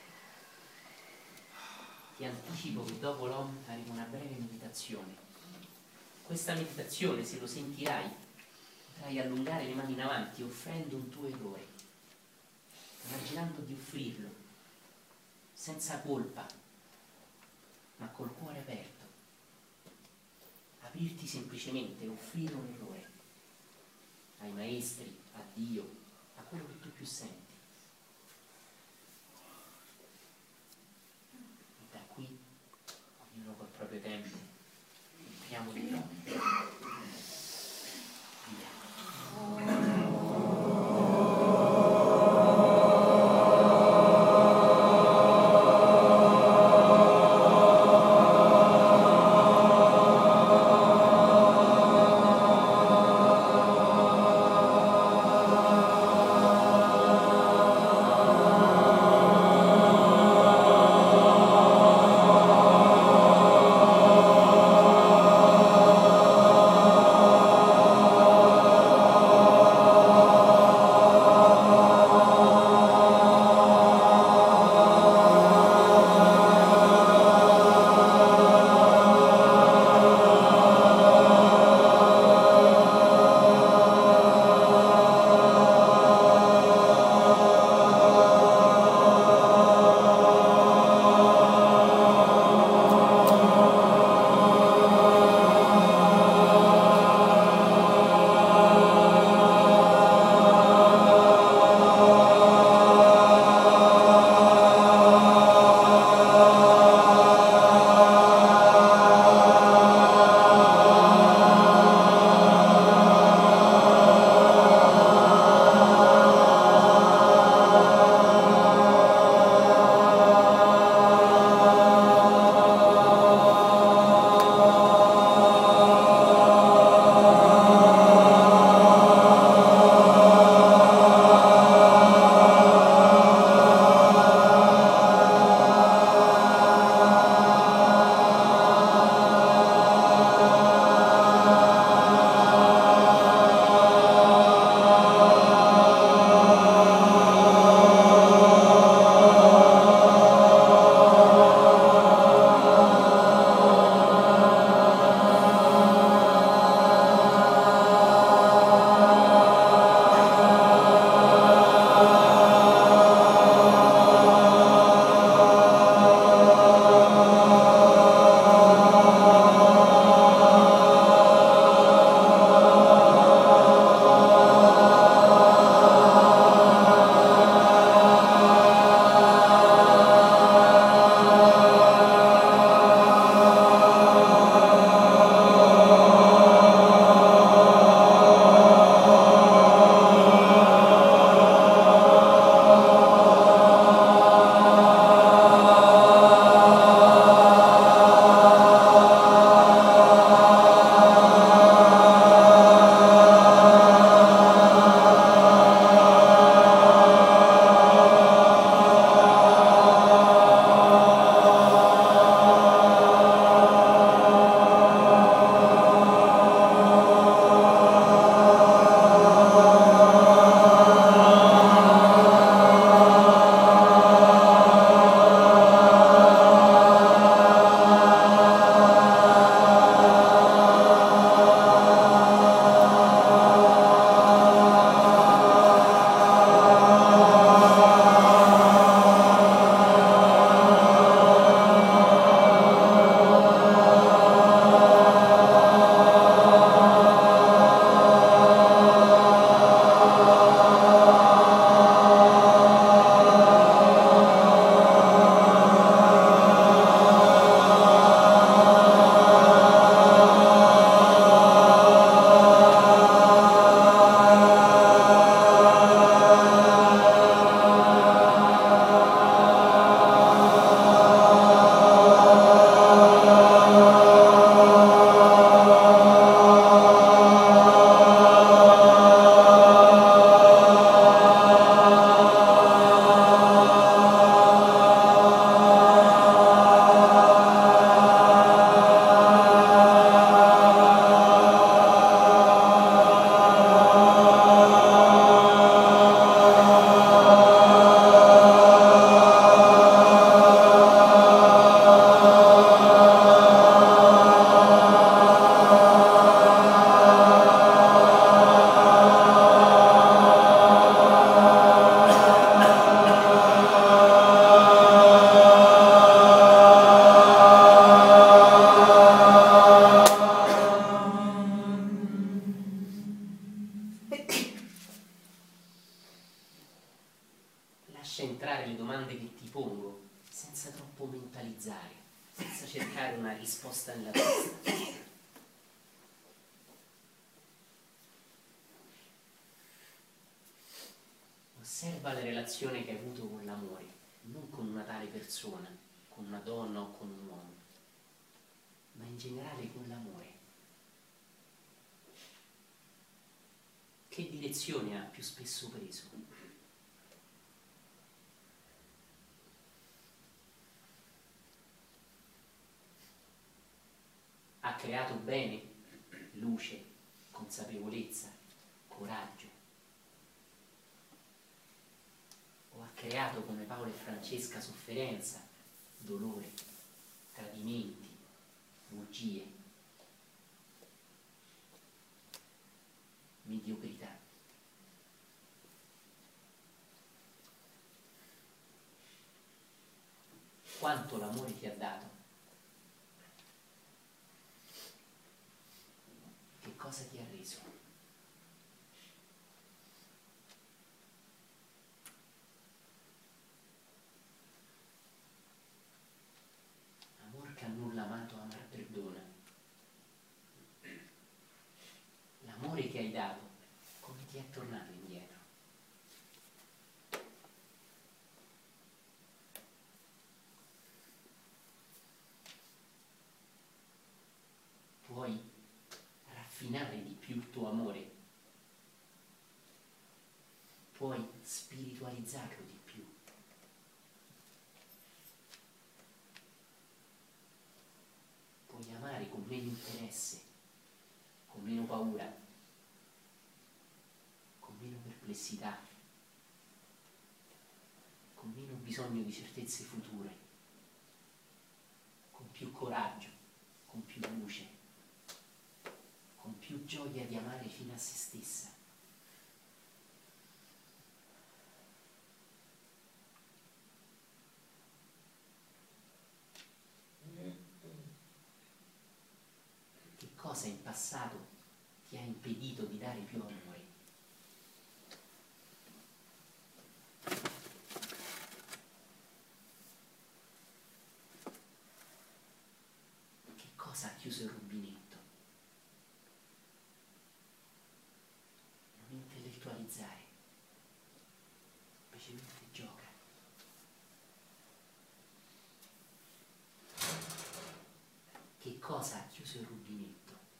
ti anticipo che dopo l'Om faremo una breve meditazione. Questa meditazione, se lo sentirai, potrai allungare le mani in avanti offrendo un tuo errore, immaginando di offrirlo, senza colpa, ma col cuore aperto. Aprirti semplicemente, offrire un errore ai maestri, a Dio, a quello che tu più senti. Ognuno col proprio tempo, entriamo di nuovo. lascia entrare le domande che ti pongo senza troppo mentalizzare, senza cercare una risposta nella testa. Osserva la relazione che hai avuto con l'amore, non con una tale persona, con una donna o con un uomo, ma in generale con l'amore. Che direzione ha più spesso preso? Ha creato bene, luce, consapevolezza, coraggio? O ha creato, come Paolo e Francesca, sofferenza, dolore, tradimenti, bugie, mediocrità? Quanto l'amore ti ha dato? Che cosa ti ha reso? Amor che a nulla amato amar perdona. L'amore che hai dato, come ti è tornato indietro? Puoi raffinare di più il tuo amore? Puoi spiritualizzarlo di più? Puoi amare con meno interesse, con meno paura, con meno perplessità, con meno bisogno di certezze future, con più coraggio, con più luce, con più gioia di amare fino a se stessa. Che cosa in passato ti ha impedito di dare più amore? Che cosa ha chiuso il rubinetto? Non intellettualizzare, semplicemente gioca. Che cosa ha chiuso il rubinetto?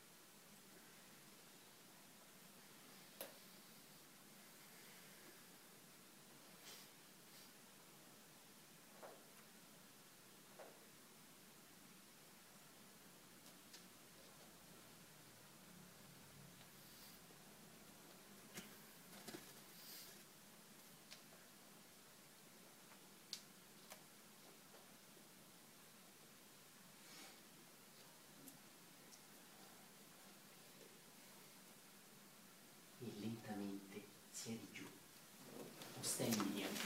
E lentamente siedi giù, o stendi anche.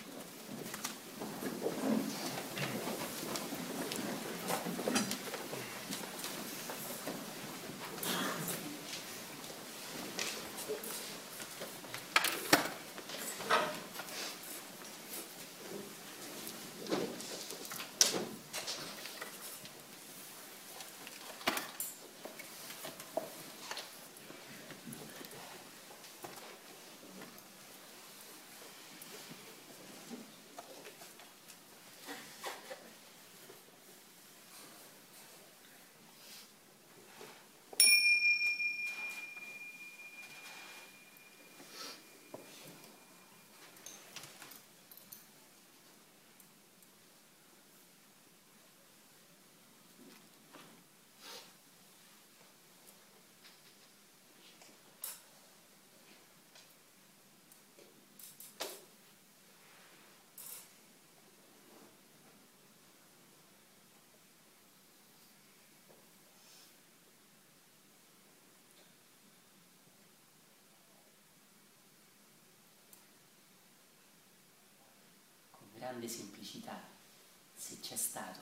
Grande semplicità, se c'è stato,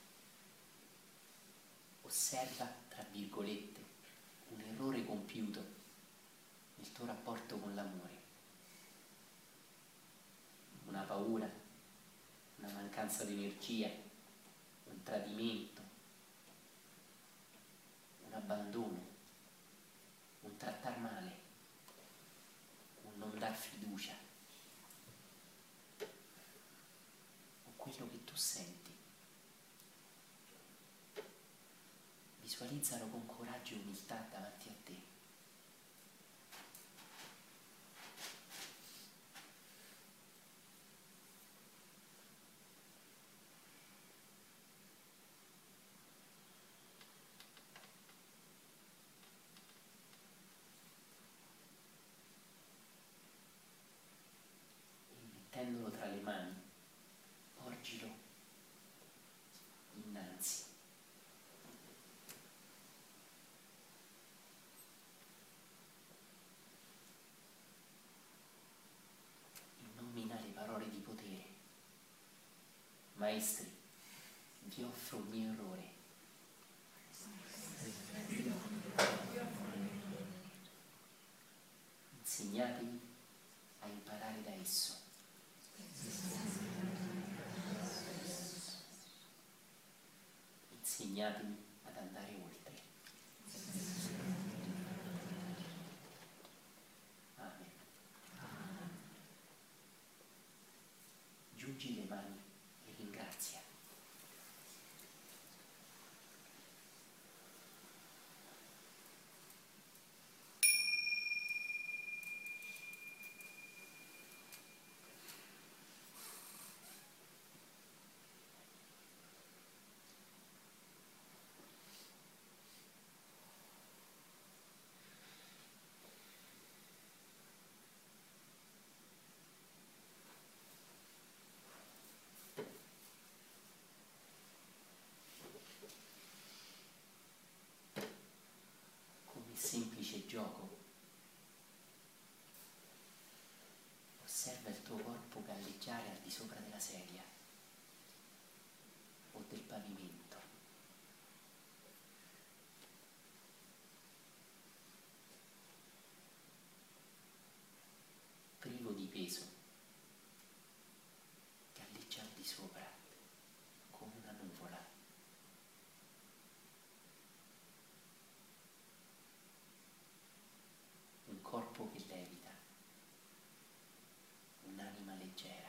osserva, tra virgolette, un errore compiuto nel tuo rapporto con l'amore, una paura, mancanza di energia, un tradimento, un abbandono, un trattar male, un non dar fiducia, o quello che tu senti. Visualizzalo con coraggio e umiltà davanti a te. Mettendolo tra le mani, porgilo innanzi. E nomina le parole di potere. Maestri, vi offro il mio errore. Insegnatevi a imparare da esso. Insegnatevi ad andare oltre. Amen. Giungi le mani e ringrazia. Semplice gioco, osserva il tuo corpo galleggiare al di sopra della sedia o del pavimento. Privo di peso, galleggia al di sopra come una nuvola. Un corpo che levita, un'anima leggera.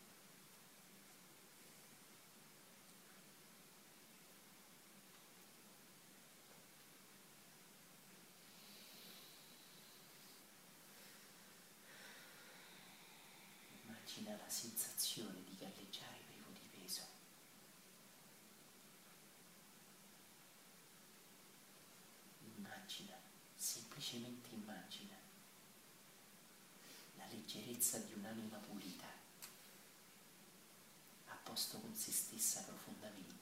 Immagina la sensazione di galleggiare privo di peso. Immagina, semplicemente immagina la leggerezza di un'anima pulita, a posto con se stessa profondamente.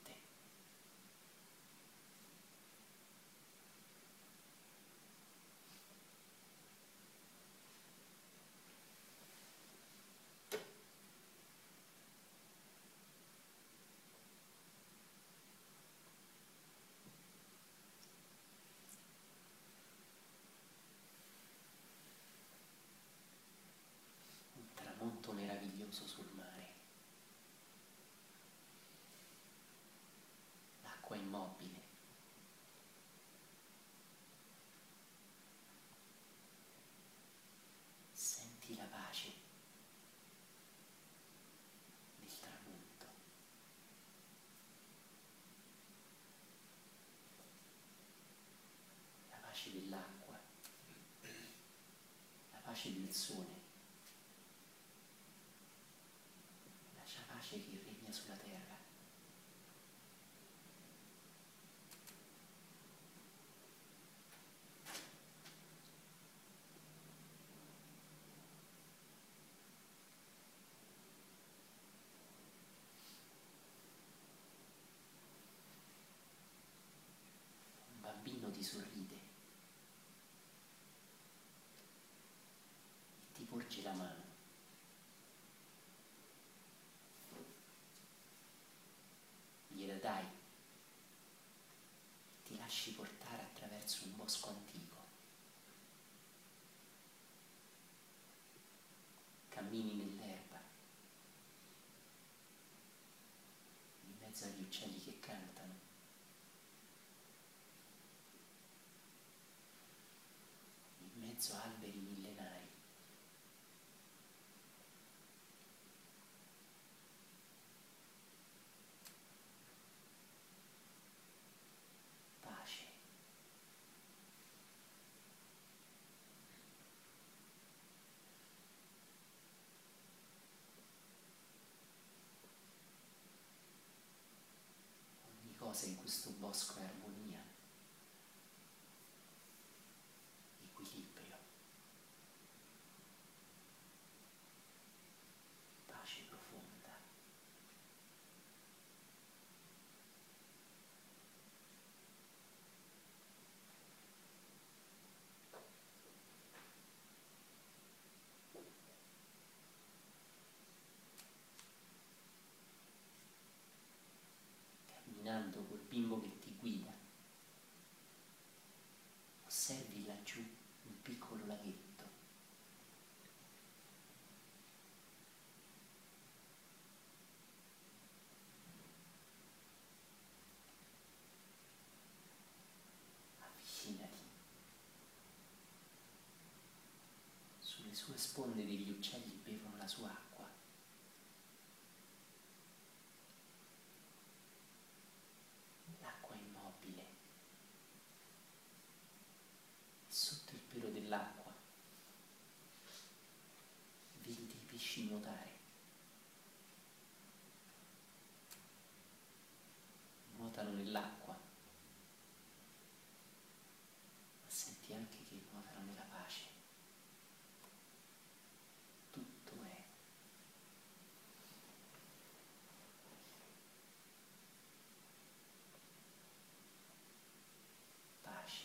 Un tramonto meraviglioso sul mare. L'acqua immobile. Senti la pace del tramonto. La pace dell'acqua. La pace del sole. La pace che regna sulla terra. Un bambino ti sorride e ti porge la mano. Gliela dai, ti lasci portare attraverso un bosco antico. Cammini nell'erba, forza in questo bosco è armonia, equilibrio, pace profonda. Camminando col bimbo che ti guida, osservi laggiù un piccolo laghetto. Avvicinati. Sulle sue sponde degli uccelli bevono la sua acqua. L'acqua è immobile. E sotto il pelo dell'acqua vedi dei pesci nuotare. Nuotano nell'acqua, ma senti anche che nuotano nella pace. Tutto è pace.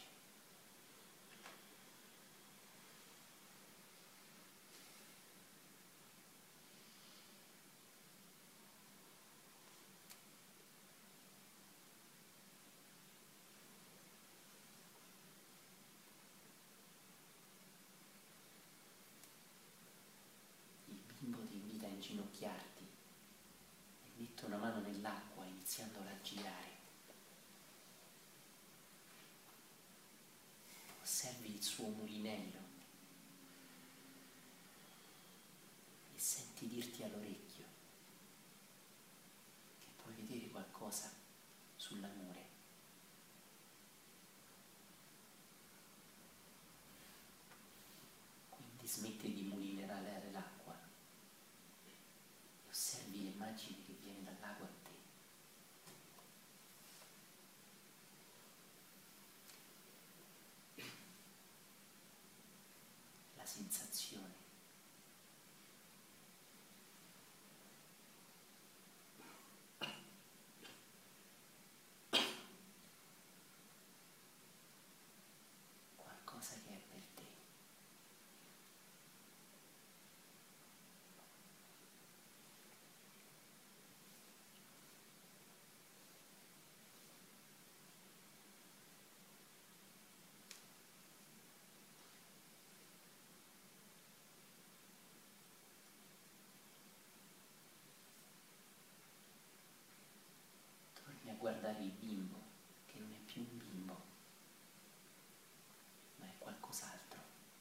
Il bimbo ti invita a inginocchiarti e mette una mano nell'acqua iniziandola a girare. Osservi il suo mulinello e senti dirti all'orecchio che puoi vedere qualcosa sull'amore. Quindi smetti di mulinare l'acqua e osservi l'immagine che viene dal lago a te. La sensazione. Qualcosa che è per te. Torni a guardare il bimbo, che non è più un bimbo, ma è qualcos'altro.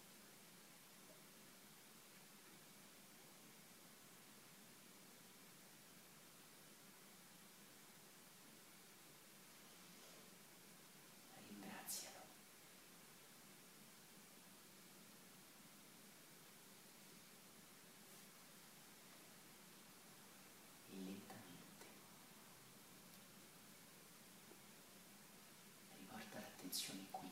Ringrazialo. E lentamente riporta l'attenzione qui.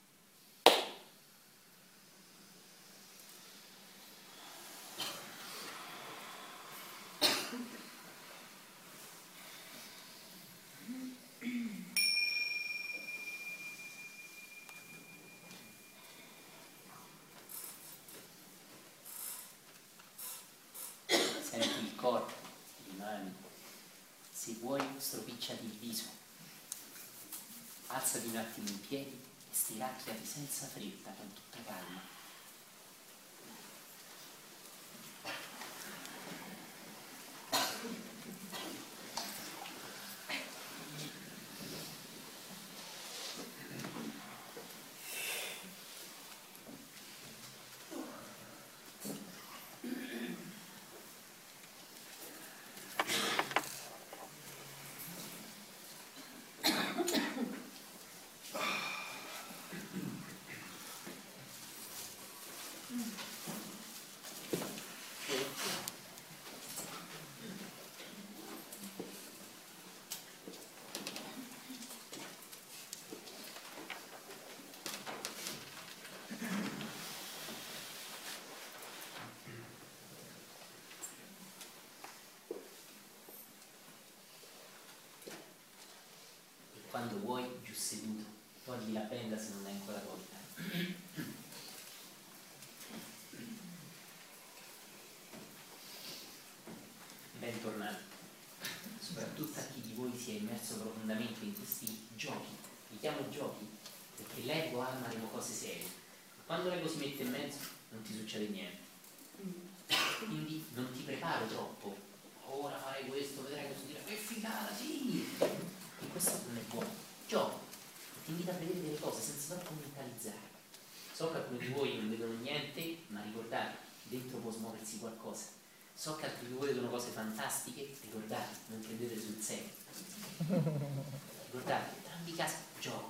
Senti il corpo, le mani. Se vuoi, stropicciati il viso. Alzati un attimo in piedi e stiracchiati senza fretta, con tutta calma. quando vuoi, giù seduto, togli la benda se non l'hai ancora tolta. Bentornati, soprattutto a chi di voi si è immerso profondamente in questi giochi. Li chiamo giochi perché l'ego ama le cose serie. Quando l'ego si mette in mezzo non ti succede niente. Quindi non ti preparo troppo. Ora fare questo, vedrai questo, dire che figata, sì! E questo non è buono. Gioco. Ti invita a vedere delle cose senza troppo mentalizzare. So che alcuni di voi non vedono niente, ma ricordate, dentro può smuoversi qualcosa. So che altri di voi vedono cose fantastiche, ricordate, non prendete sul serio. Ricordate, in entrambi i casi, gioco.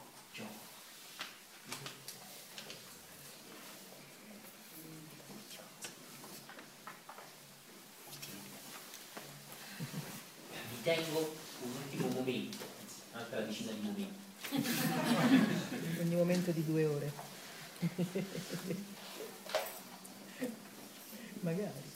Vi tengo un ultimo momento, un'altra decina di momenti. Ogni momento di 2 ore. Magari.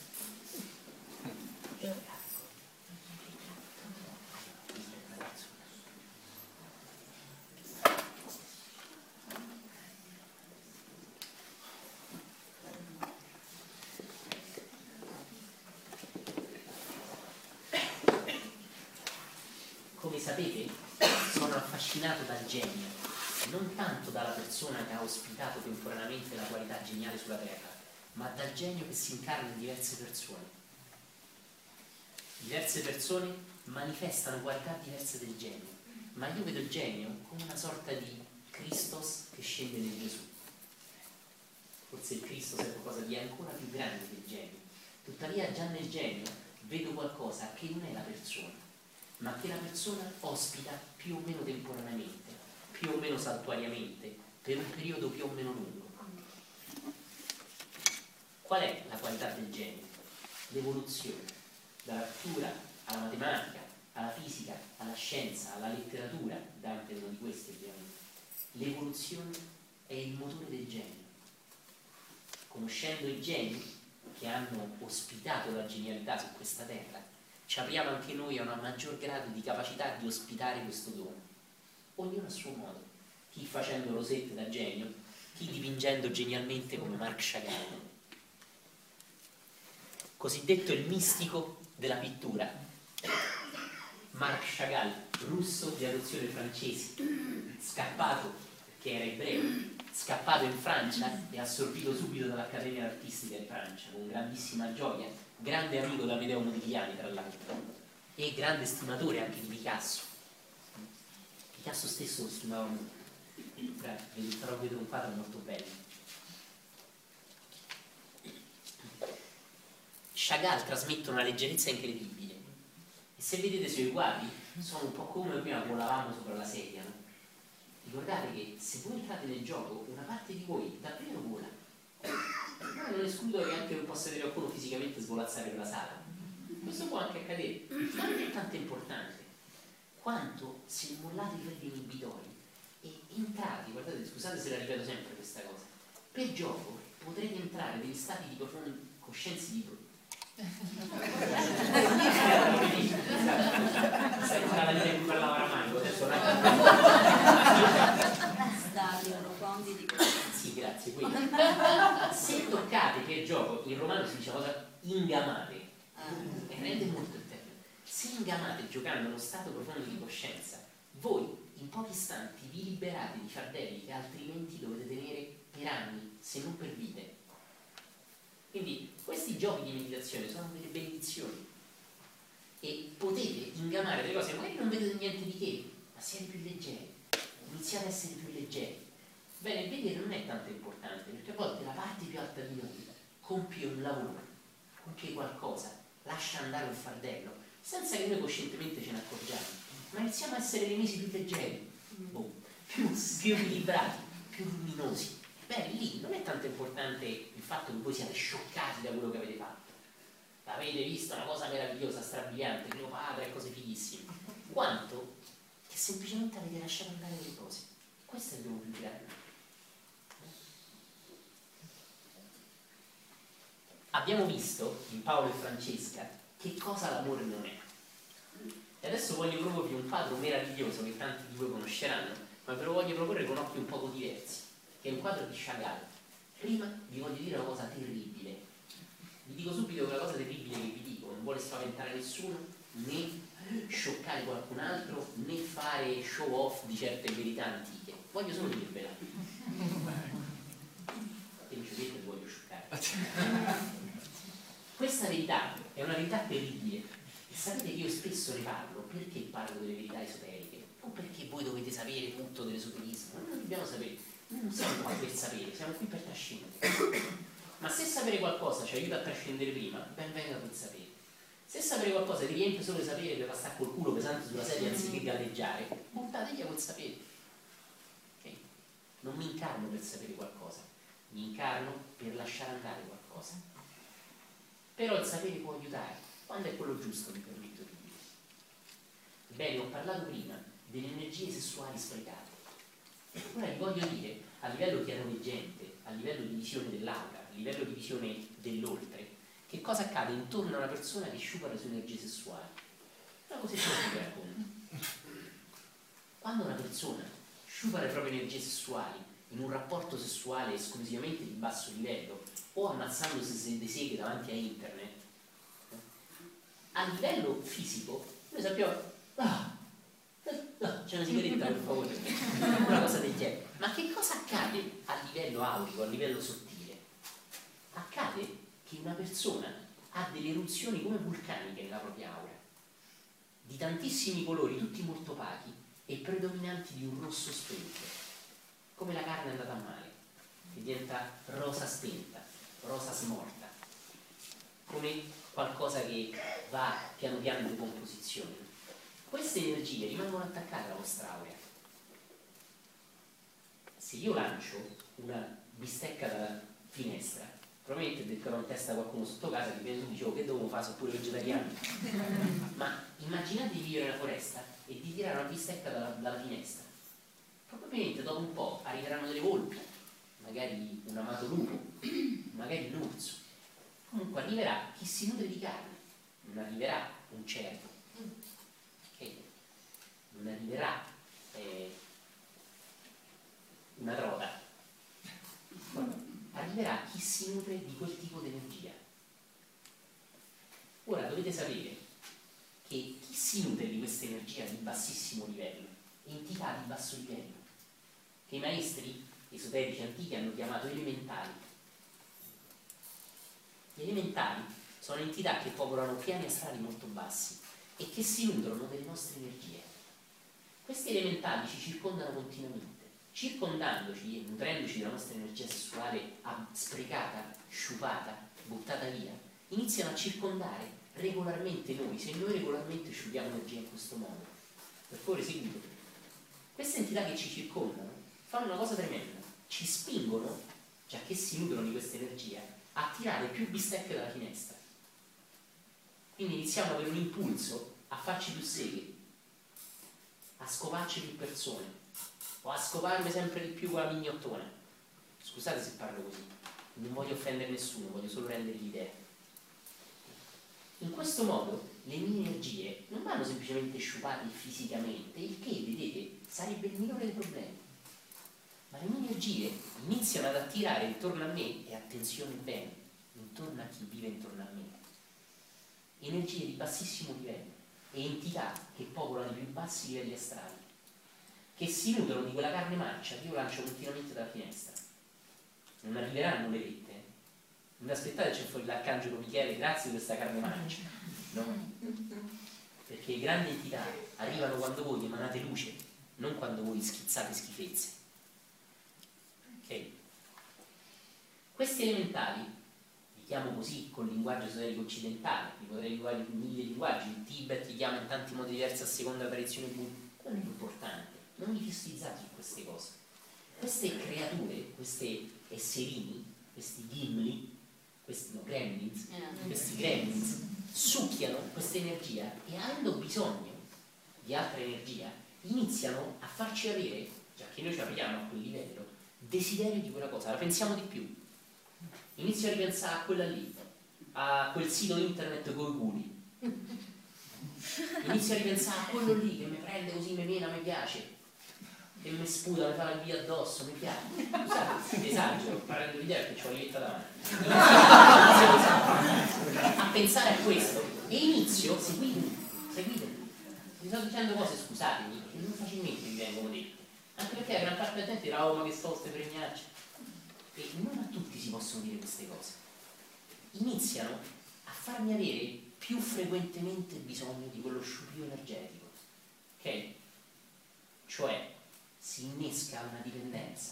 Come sapete, sono affascinato dal genio, non tanto dalla persona che ha ospitato temporaneamente la qualità geniale sulla Terra, ma dal genio che si incarna in diverse persone. Diverse persone manifestano qualità diverse del genio, ma io vedo il genio come una sorta di Christos che scende nel Gesù. Forse il Christos è qualcosa di ancora più grande del genio. Tuttavia già nel genio vedo qualcosa che non è la persona, ma che la persona ospita più o meno temporaneamente, più o meno saltuariamente, per un periodo più o meno lungo. Qual è la qualità del genio? L'evoluzione, dalla pittura alla matematica, alla fisica, alla scienza, alla letteratura, Dante è uno di questi ovviamente. L'evoluzione è il motore del genio. Conoscendo i geni che hanno ospitato la genialità su questa terra, ci apriamo anche noi a un maggior grado di capacità di ospitare questo dono, ognuno a suo modo, chi facendo rosette da genio, chi dipingendo genialmente come Marc Chagall. Cosiddetto il mistico della pittura, Marc Chagall, russo di adozione francese, scappato perché era ebreo, scappato in Francia e assorbito subito dall'Accademia Artistica in Francia con grandissima gioia, grande amico da Amedeo Modigliani tra l'altro e grande stimatore anche di Picasso. Picasso stesso lo stimava molto. Farò vedere un quadro molto bello. Chagall trasmette una leggerezza incredibile e se vedete i suoi quadri sono un po' come prima volavamo sopra la sedia, no? Ricordate che se voi entrate nel gioco una parte di voi davvero vola, ma non escludo che anche possa vedere qualcuno fisicamente svolazzare per la sala, questo può anche accadere, ma non è tanto importante quanto se mollate i freni inibitori e entrate, guardate, scusate se la ripeto sempre questa cosa, per gioco potrete entrare negli stati di profonda coscienza di sembra la vita in cui parlava Ramango adesso stati profondi di coscienza. sì, grazie. Quindi, se toccate per gioco, in romano si dice cosa ingamate e rende molto il termine. Se ingamate giocando uno stato profondo di coscienza, voi in pochi istanti vi liberate di fardelli che altrimenti dovete tenere per anni, se non per vite. Quindi questi giochi di meditazione sono delle benedizioni e potete ingamare delle cose, magari non vedete niente di che, ma siete più leggeri, iniziate a essere più leggeri. Bene, il vedere non è tanto importante, perché a volte la parte più alta di noi compie un lavoro, compie qualcosa, lascia andare un fardello, senza che noi coscientemente ce ne accorgiamo, ma iniziamo a essere dei mesi più leggeri, più equilibrati, più luminosi. Bene, lì non è tanto importante il fatto che voi siate scioccati da quello che avete fatto. Avete visto una cosa meravigliosa, strabiliante, Cleopatra e cose fighissime, quanto che semplicemente avete lasciato andare le cose. Questo è il dono più grande. Abbiamo visto in Paolo e Francesca che cosa l'amore non è. E adesso voglio proporvi un quadro meraviglioso che tanti di voi conosceranno, ma ve lo voglio proporre con occhi un poco diversi, che è un quadro di Chagall. Prima vi voglio dire una cosa terribile. Vi dico subito che la cosa terribile che vi dico non vuole spaventare nessuno, né scioccare qualcun altro, né fare show off di certe verità antiche. Voglio solo dirvela. E mi ci vedete che voglio scioccare. Questa verità è una verità terribile. E sapete che io spesso ne parlo. Perché parlo delle verità esoteriche? Non perché voi dovete sapere tutto dell'esoterismo. Non dobbiamo sapere. Noi non siamo qua per sapere, siamo qui per trascendere. Ma se sapere qualcosa ci aiuta a trascendere prima, ben venga quel sapere. Se sapere qualcosa ti riempie solo di sapere per stare col culo pesante sulla sedia anziché galleggiare, buttate via quel sapere. Okay? Non mi incarno per sapere qualcosa, mi incarno per lasciare andare qualcosa. Però il sapere può aiutare, quando è quello giusto, mi permetto di dire. Bene, ho parlato prima delle energie sessuali sprecate. Ora vi voglio dire, a livello chiaroveggente, a livello di visione dell'aura, a livello di visione dell'oltre, che cosa accade intorno a una persona che sciupa le sue energie sessuali. Una cosetta che vi racconto. Quando una persona sciupa le proprie energie sessuali in un rapporto sessuale esclusivamente di basso livello o ammazzandosi di seghe davanti a internet, a livello fisico noi sappiamo c'è una sigaretta per favore, una cosa del genere. Ma che cosa accade a livello aurico, a livello sottile? Accade che una persona ha delle eruzioni come vulcaniche nella propria aura, di tantissimi colori, tutti molto opachi e predominanti di un rosso spento, come la carne andata a male, che diventa rosa spenta, rosa smorta, come qualcosa che va piano piano in decomposizione. Queste energie rimangono attaccate alla vostra aurea. Se io lancio una bistecca dalla finestra, probabilmente detterò in testa a qualcuno sotto casa che viene e dice: oh, che devo fare, sono pure vegetariano. Ma immaginate di vivere nella foresta e di tirare una bistecca dalla finestra. Probabilmente dopo un po' arriveranno delle volpi, magari un amato lupo, magari un orso. Comunque arriverà chi si nutre di carne, non arriverà un cervo, okay? Non arriverà una trota, arriverà chi si nutre di quel tipo di energia. Ora dovete sapere che chi si nutre di questa energia di bassissimo livello, entità di basso livello, che i maestri esoterici antichi hanno chiamato elementali. Gli elementali sono entità che popolano piani astrali molto bassi e che si nutrono delle nostre energie. Questi elementali ci circondano continuamente, circondandoci e nutrendoci della nostra energia sessuale sprecata, sciupata, buttata via, iniziano a circondare regolarmente noi, se noi regolarmente sciupiamo energia in questo modo. Per favore seguite. Queste entità che ci circondano fanno una cosa tremenda, ci spingono, già che si nutrono di questa energia, a tirare più bistecche dalla finestra. Quindi iniziamo ad avere un impulso a farci più seghe, a scoparci più persone, o a scoparmi sempre di più con la mignottona. Scusate se parlo così, non voglio offendere nessuno, voglio solo rendere l'idea. In questo modo le mie energie non vanno semplicemente sciupate fisicamente, il che, vedete, sarebbe il minore dei problemi. Ma le mie energie iniziano ad attirare intorno a me, e attenzione bene, intorno a chi vive intorno a me, energie di bassissimo livello e entità che popolano i più bassi livelli astrali, che si nutrono di quella carne marcia che io lancio continuamente dalla finestra. Non arriveranno le vette, non aspettate c'è fuori l'arcangelo Michele, grazie di questa carne marcia, no? Perché le grandi entità arrivano quando voi emanate luce, non quando voi schizzate schifezze. Ok? Questi elementali, li chiamo così col linguaggio esoterico occidentale, li potrei chiamare in mille linguaggi, il Tibet li chiama in tanti modi diversi a seconda della tradizione buddista. Quello è importante, non vi fissizzate su queste cose. Queste creature, questi esserini, questi gimli, questi gremlins, succhiano questa energia e, avendo bisogno di altra energia, iniziano a farci avere, già che noi ci arriviamo a quel livello, desiderio di quella cosa, la pensiamo di più. Inizio a ripensare a quella lì, a quel sito internet con i culi. inizio a ripensare a quello lì che mi prende così, mi mena, mi piace, e mi sputa, mi fa la via addosso, mi piace. Scusate, esagero, parlando di idea perché c'ho l'idea davanti. A pensare a questo e inizio, seguitemi. Vi sto dicendo cose, scusatemi, che non facilmente vi vengono dette. Anche perché la gran parte della gente dirà, oh ma che sto ste pregnacce. E non a tutti si possono dire queste cose. Iniziano a farmi avere più frequentemente bisogno di quello sciupio energetico. Ok? Cioè si innesca una dipendenza.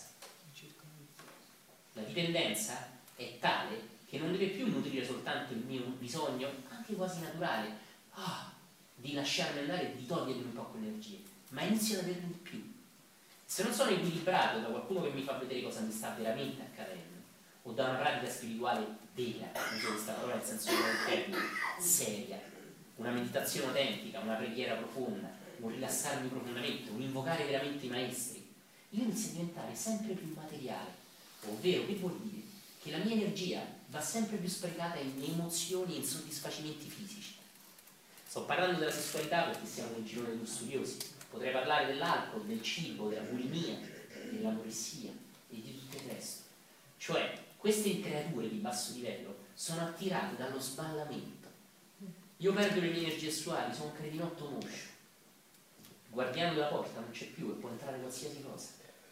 La dipendenza è tale che non deve più nutrire soltanto il mio bisogno, anche quasi naturale, di lasciarmi andare e di togliermi un po' quell'energia, ma inizio ad averne di più. Se non sono equilibrato da qualcuno che mi fa vedere cosa mi sta veramente accadendo, o da una pratica spirituale vera, uso questa parola nel senso del termine, seria, una meditazione autentica, una preghiera profonda, un rilassarmi profondamente, un invocare veramente i maestri, io inizio a diventare sempre più materiale, ovvero che vuol dire? Che la mia energia va sempre più sprecata in emozioni e in soddisfacimenti fisici. Sto parlando della sessualità perché siamo nel girone degli studiosi, potrei parlare dell'alcol, del cibo, della bulimia, dell'anoressia e di tutto il resto. Cioè, queste creature di basso livello sono attirate dallo sballamento. Io perdo le mie energie sessuali, sono un cretinotto moscio. Il guardiano della porta non c'è più e può entrare qualsiasi cosa.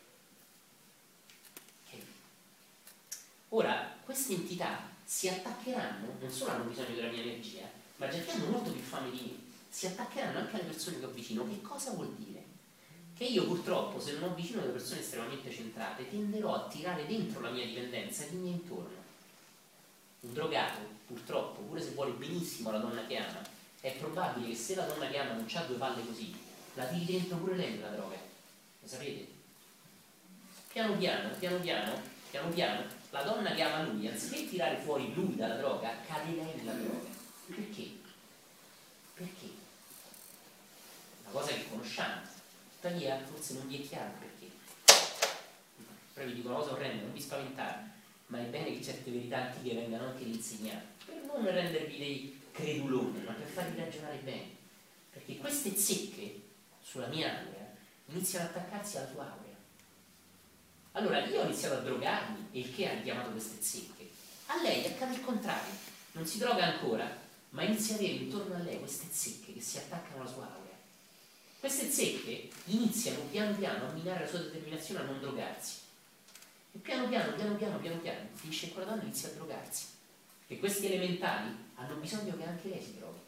Okay. Ora, queste entità si attaccheranno, non solo hanno bisogno della mia energia, ma già che hanno molto più fame di me, si attaccheranno anche alle persone che ho vicino. Che cosa vuol dire? Che io purtroppo, se non ho vicino delle persone estremamente centrate, tenderò a tirare dentro la mia dipendenza chi mi è intorno. Un drogato, purtroppo, pure se vuole benissimo la donna che ama, è probabile che se la donna che ama non ha due palle così, la tiri dentro pure lei nella droga. Lo sapete? Piano piano, la donna che ama lui, anziché tirare fuori lui dalla droga, cade lei nella droga. Perché? Perché? Una cosa che conosciamo, tuttavia forse non vi è chiaro perché. Però vi dico una cosa orrenda, non vi spaventate, ma è bene che certe verità antiche vengano anche insegnate, per non rendervi dei creduloni, ma per farvi ragionare bene. Perché queste zecche sulla mia aurea iniziano ad attaccarsi alla tua aurea. Allora io ho iniziato a drogarmi e il che ha richiamato queste zecche. A lei accade il contrario, non si droga ancora, ma inizia ad avere intorno a lei queste zecche che si attaccano alla sua aurea. Queste zecche iniziano piano piano a minare la sua determinazione a non drogarsi. E piano piano, finisce con la donna e inizia a drogarsi. E questi elementali hanno bisogno che anche lei si droghi.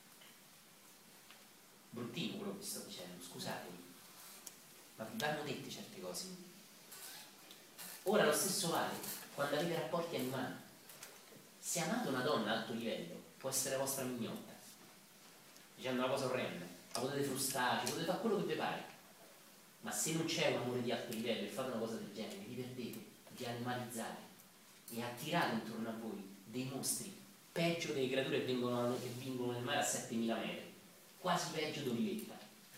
Bruttino quello che vi sto dicendo, scusatemi, ma vi vanno dette certe cose. Ora lo stesso vale quando avete rapporti animali. Se amate una donna a alto livello, può essere la vostra mignotta, dicendo una cosa orrenda, la potete frustarci, potete fare quello che vi pare, ma se non c'è un amore di alto livello e fate una cosa del genere, vi perdete, vi animalizzate e attirate intorno a voi dei mostri, peggio delle creature che vincono nel mare a 7000 metri, quasi peggio di Olivetta.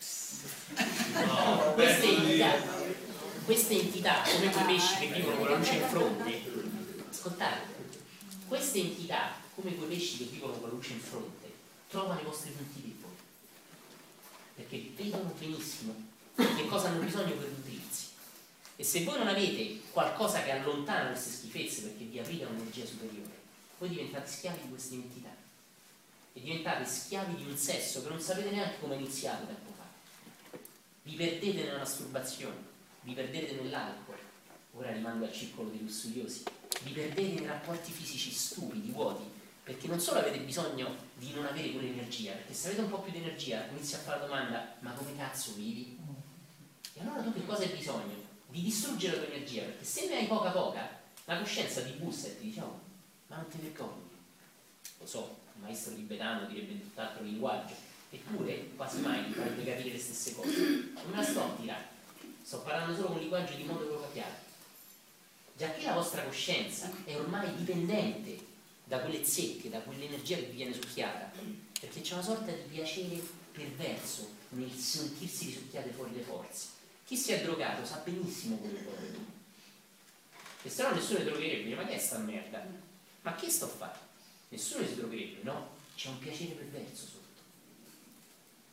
No, queste entità, come quei pesci che vivono con la luce in fronte, ascoltate, queste entità, come quei pesci che vivono con la luce in fronte, trovano i vostri punti deboli, perché vedono benissimo che cosa hanno bisogno per nutrirsi. E se voi non avete qualcosa che allontana queste schifezze perché vi aprite a un'energia superiore, voi diventate schiavi di queste entità e diventate schiavi di un sesso che non sapete neanche come è iniziato tempo fa. Vi perdete nella masturbazione, vi perdete nell'alcol, ora rimando al circolo degli studiosi, vi perdete in rapporti fisici stupidi, vuoti, perché non solo avete bisogno di non avere quell'energia, perché se avete un po' più di energia inizi a fare la domanda, ma come cazzo vivi? E allora tu che cosa hai bisogno? Di distruggere la tua energia, perché se ne hai poca, la coscienza ti bussa e ti dice, oh, ma non te ne vergogni? Lo so, un maestro tibetano direbbe in tutt'altro linguaggio, eppure quasi mai ti farebbe capire le stesse cose. Non me la sto a tirare, sto parlando solo con un linguaggio di modo che lo capiate. Già che la vostra coscienza è ormai dipendente da quelle zecche, da quell'energia che vi viene succhiata, perché c'è una sorta di piacere perverso nel sentirsi risucchiate fuori le forze. Chi si è drogato sa benissimo quello che vuole. E se no nessuno si drogherebbe, ma che è sta merda? Ma che sto a fare? Nessuno si drogherebbe, no? C'è un piacere perverso sotto.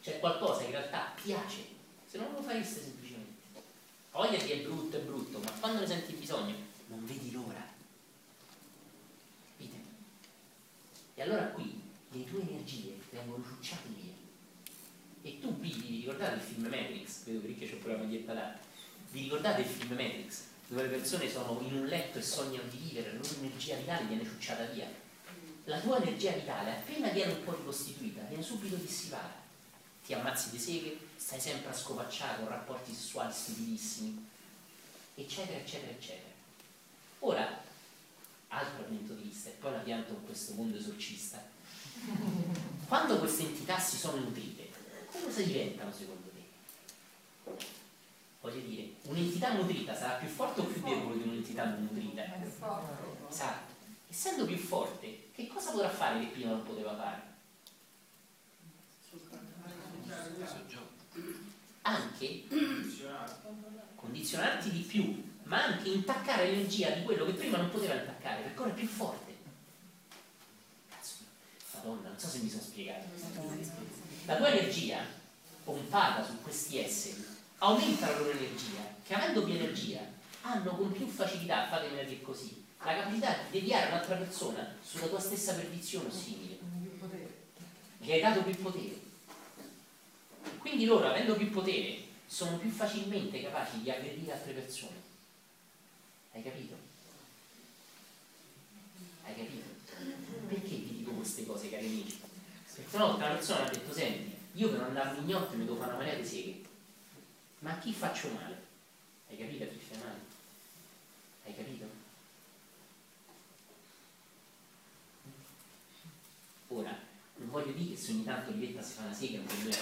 c'è qualcosa che in realtà piace, se non lo fareste semplicemente. Poi è brutto, ma quando ne senti bisogno non vedi l'ora. Capite? E allora qui le tue energie vengono ciucciate via. E tu vi ricordate il film Matrix? Vedo che Ricche c'è pure la maglietta là. Vi ricordate il film Matrix? Dove le persone sono in un letto e sognano di vivere, la loro energia vitale viene ciucciata via. La tua energia vitale, appena viene un po' ricostituita, viene subito dissipata. Ti ammazzi di seghe, stai sempre a scopacciare con rapporti sessuali stupidissimi, eccetera, eccetera, eccetera. Ora, altro punto di vista, e poi la pianto in questo mondo esorcista. Quando queste entità si sono nutrite, cosa diventano secondo te? Voglio dire, un'entità nutrita sarà più forte o più debole di un'entità non nutrita? Esatto. Essendo più forte, che cosa potrà fare che prima non poteva fare? Anche condizionarti di più, ma anche intaccare l'energia di quello che prima non poteva intaccare, perché ora è più forte. Cazzo, Madonna, non so se mi sono spiegato. La tua energia pompata su questi esseri aumenta la loro energia, che avendo più energia hanno con più facilità, fatemela dire così, la capacità di deviare un'altra persona sulla tua stessa perdizione o simile. Gli hai dato più potere. Quindi loro, avendo più potere, sono più facilmente capaci di aggredire altre persone. Hai capito? Hai capito? Perché vi dico queste cose, cari amici? Perché una volta una persona ha detto: senti, io per non andarmi ignoto mi devo fare una marea di seghe. Ma a chi faccio male? Hai capito a chi fai male? Hai capito? Ora, non voglio dire che se ogni tanto Rivetta si fa una sega non è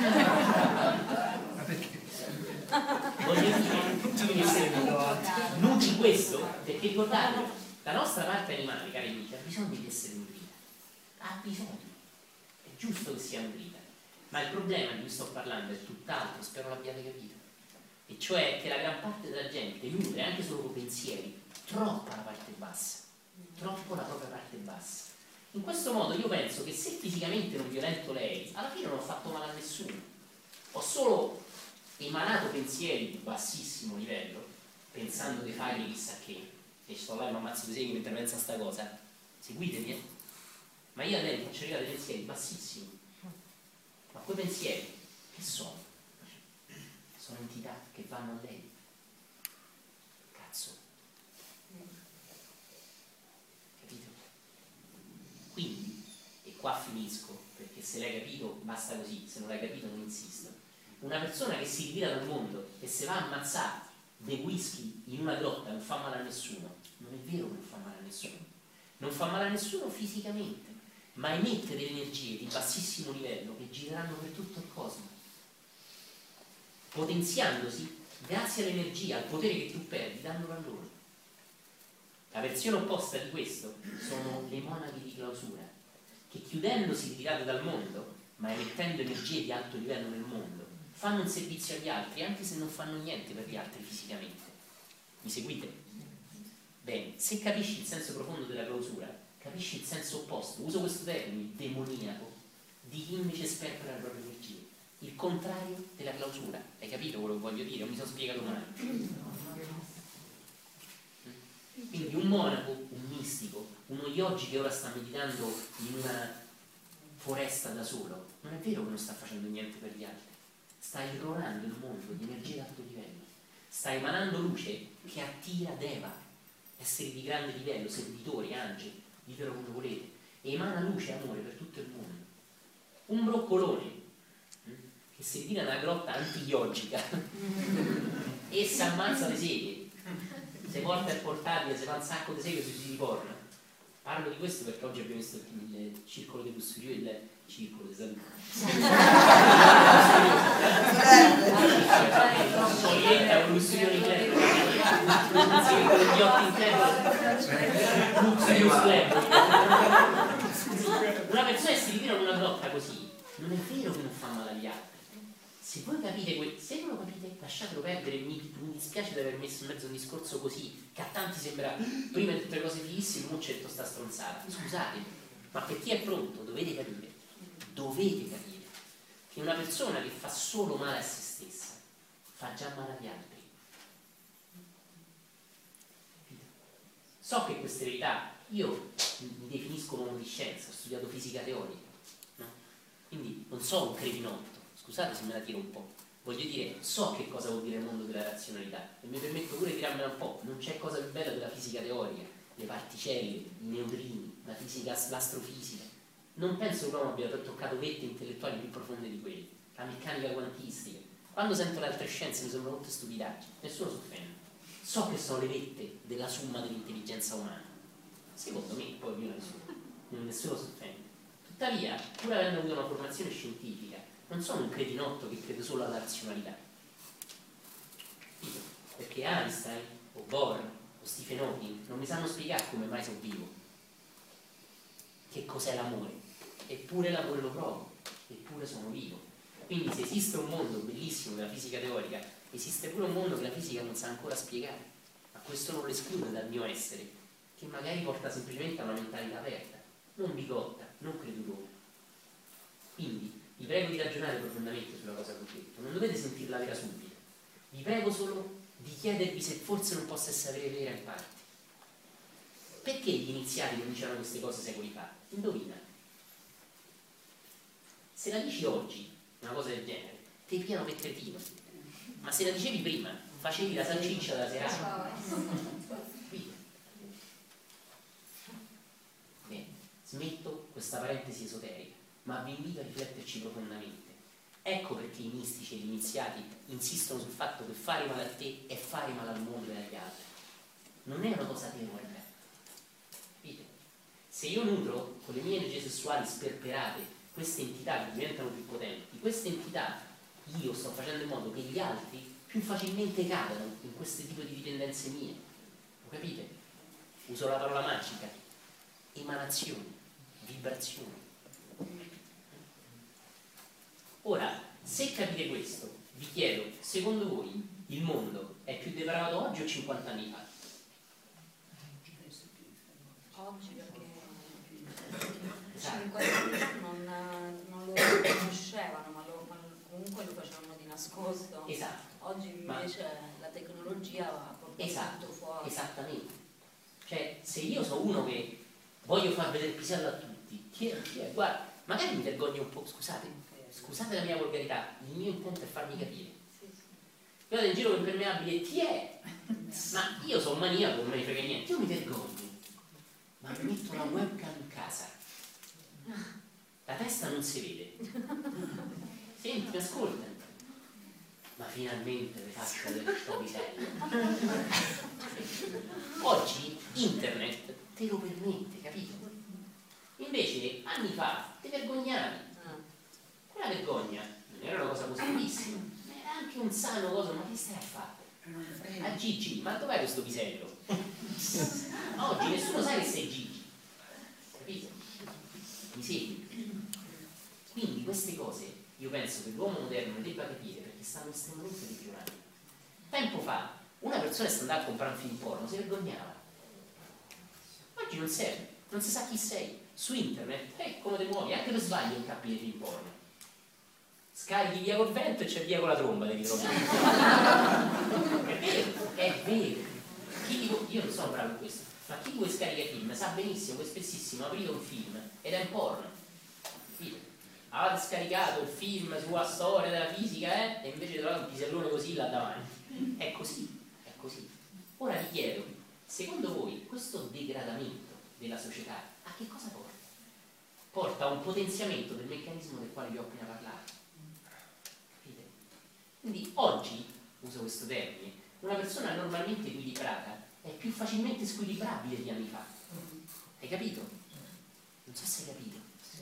Ma perché? voglio dire che se nutri questo, perché ricordate, la nostra parte animale, cari amici, ha bisogno di essere nutrita. Ha bisogno. È giusto che sia nutrita. Ma il problema di cui sto parlando è tutt'altro, spero l'abbiate capito. E cioè che la gran parte della gente nutre anche solo con pensieri troppo la parte bassa, troppo la propria parte bassa. In questo modo io penso che se fisicamente non violento lei, alla fine non ho fatto male a nessuno. Ho solo emanato pensieri di bassissimo livello, pensando di fare chissà che, e sto là e mi ammazzo di segni mentre penso a sta cosa. Seguitemi, Ma io a lei faccio arrivare dei pensieri bassissimi. Ma quei pensieri che sono? Sono entità che vanno a lei. Cazzo. Capito? Quindi, e qua finisco, perché se l'hai capito basta così, se non l'hai capito non insisto. Una persona che si ritira dal mondo e se va a ammazzare dei whisky in una grotta non fa male a nessuno. Non è vero che non fa male a nessuno. Non fa male a nessuno fisicamente, ma emette delle energie di bassissimo livello che gireranno per tutto il cosmo, potenziandosi grazie all'energia, al potere che tu perdi, dandolo a loro. La versione opposta di questo sono le monache di clausura, che chiudendosi ritirate dal mondo, ma emettendo energie di alto livello nel mondo, fanno un servizio agli altri, anche se non fanno niente per gli altri fisicamente. Mi seguite? Bene, se capisci il senso profondo della clausura, capisci il senso opposto, uso questo termine, demoniaco, di chi invece sperpera la propria energia. Il contrario della clausura. Hai capito quello che voglio dire? Non mi sono spiegato mai. Quindi un monaco, un mistico, uno yogi che ora sta meditando in una foresta da solo, non è vero che non sta facendo niente per gli altri. Sta irrorando il mondo di energia d'alto livello. Sta emanando luce che attira Deva, esseri di grande livello, servitori, angeli, ditelo come volete, e emana luce e amore per tutto il mondo. Un broccolone che si ritira nella grotta anti-yogica e si ammazza le seghe, si porta il portatile, si fa un sacco di seghe sui siti porno. Parlo di questo perché oggi abbiamo visto il circolo dei lussurio, il circolo di salute. Polietta con lussurio in club, con gli occhi in club, luxurious club. Una persona che si ritira in una grotta così, non è vero che non fa male agli altri. Se voi capite, se non lo capite, lasciatelo perdere. Mi dispiace di aver messo in mezzo un discorso così, che a tanti sembra prima di tutte le cose fighissime, non c'è sta stronzata. Scusate, ma per chi è pronto dovete capire che Perché una persona che fa solo male a se stessa fa già male agli altri. So che queste verità, io mi definisco un uomo di scienza, ho studiato fisica teorica, no? Quindi non so un cretinotto, scusate se me la tiro un po', voglio dire, so che cosa vuol dire il mondo della razionalità e mi permetto pure di tirarmela un po', non c'è cosa più bella della fisica teorica, le particelle, i neutrini, la fisica, l'astrofisica. Non penso che l'uomo abbia toccato vette intellettuali più profonde di quelli, la meccanica quantistica. Quando sento le altre scienze mi sembrano tutte stupidaggini, nessuno si offende. So che sono le vette della somma dell'intelligenza umana. Secondo me, poi io nessuno si offende. Tuttavia, pur avendo avuto una formazione scientifica, non sono un cretinotto che crede solo alla razionalità. Perché Einstein, o Bohr, o Stephen Hawking non mi sanno spiegare come mai sono vivo. Che cos'è l'amore? Eppure l'amore lo provo, eppure sono vivo. Quindi se esiste un mondo bellissimo della fisica teorica, esiste pure un mondo che la fisica non sa ancora spiegare, ma questo non lo esclude dal mio essere, che magari porta semplicemente a una mentalità aperta, non bigotta, non credulosa. Quindi vi prego di ragionare profondamente sulla cosa che ho detto, non dovete sentirla vera subito, vi prego solo di chiedervi se forse non possa essere vera in parte. Perché gli iniziati non dicevano queste cose secoli fa? Indovina. Se la dici oggi una cosa del genere, ti piano per cretino, ma se la dicevi prima facevi la salsiccia della serata. Bene, smetto questa parentesi esoterica, ma vi invito a rifletterci profondamente. Ecco perché i mistici e gli iniziati insistono sul fatto che fare male a te è fare male al mondo e agli altri. Non è una cosa teorica. Capite? Se io nutro con le mie energie sessuali sperperate queste entità che diventano più potenti, queste entità io sto facendo in modo che gli altri più facilmente cadano in questo tipo di dipendenze mie. Lo capite? Uso la parola magica: emanazioni, vibrazioni. Ora, se capite questo, vi chiedo, secondo voi il mondo è più depravato oggi o 50 anni fa? Oggi perché 50 anni fa non lo conoscevano, ma comunque lo facevano di nascosto. Esatto. Oggi invece la tecnologia va a portare tutto fuori. Esattamente. Cioè, se io sono uno che voglio far vedere il pisello a tutti, chi è? Guarda, magari mi vergogno un po', scusate la mia volgarità, il mio intento è farmi capire. Guardate in giro con impermeabile, chi è? Ma io sono maniaco, non me ne frega niente, io mi vergogno, ma mi metto la webcam in casa, la testa non si vede, senti, mi ascolta, ma finalmente le faccio vedere sto pisello. Oggi internet te lo permette, capito? Invece anni fa ti vergognavi. Quella vergogna non era una cosa positivissima, era anche un sano cosa, ma che stai a fare? A Gigi, ma dov'è questo pisello? Oggi nessuno sa che sei Gigi, capito? Mi segui? Quindi queste cose io penso che l'uomo moderno le debba capire perché stanno estremamente deteriorando. Tempo fa una persona è andata a comprare un film porno, si vergognava. Oggi non serve, non si sa chi sei. Su internet, come ti muovi, anche per sbaglio incappi nei film porno. Scarichi via col vento e c'è via con la tromba, devi trovare. È vero. Io non sono bravo in questo, ma chi vuoi scarica film sa benissimo che spessissimo aprite un film ed è un porno. Capite? Avete scaricato il film sulla storia della fisica, e invece trovate un pisellone così là davanti. È così, è così. Ora vi chiedo, secondo voi questo degradamento della società a che cosa porta? Porta a un potenziamento del meccanismo del quale vi ho appena parlato. Capite? Quindi oggi, uso questo termine, una persona normalmente equilibrata è più facilmente squilibrabile di anni fa. Hai capito? Non so se hai capito.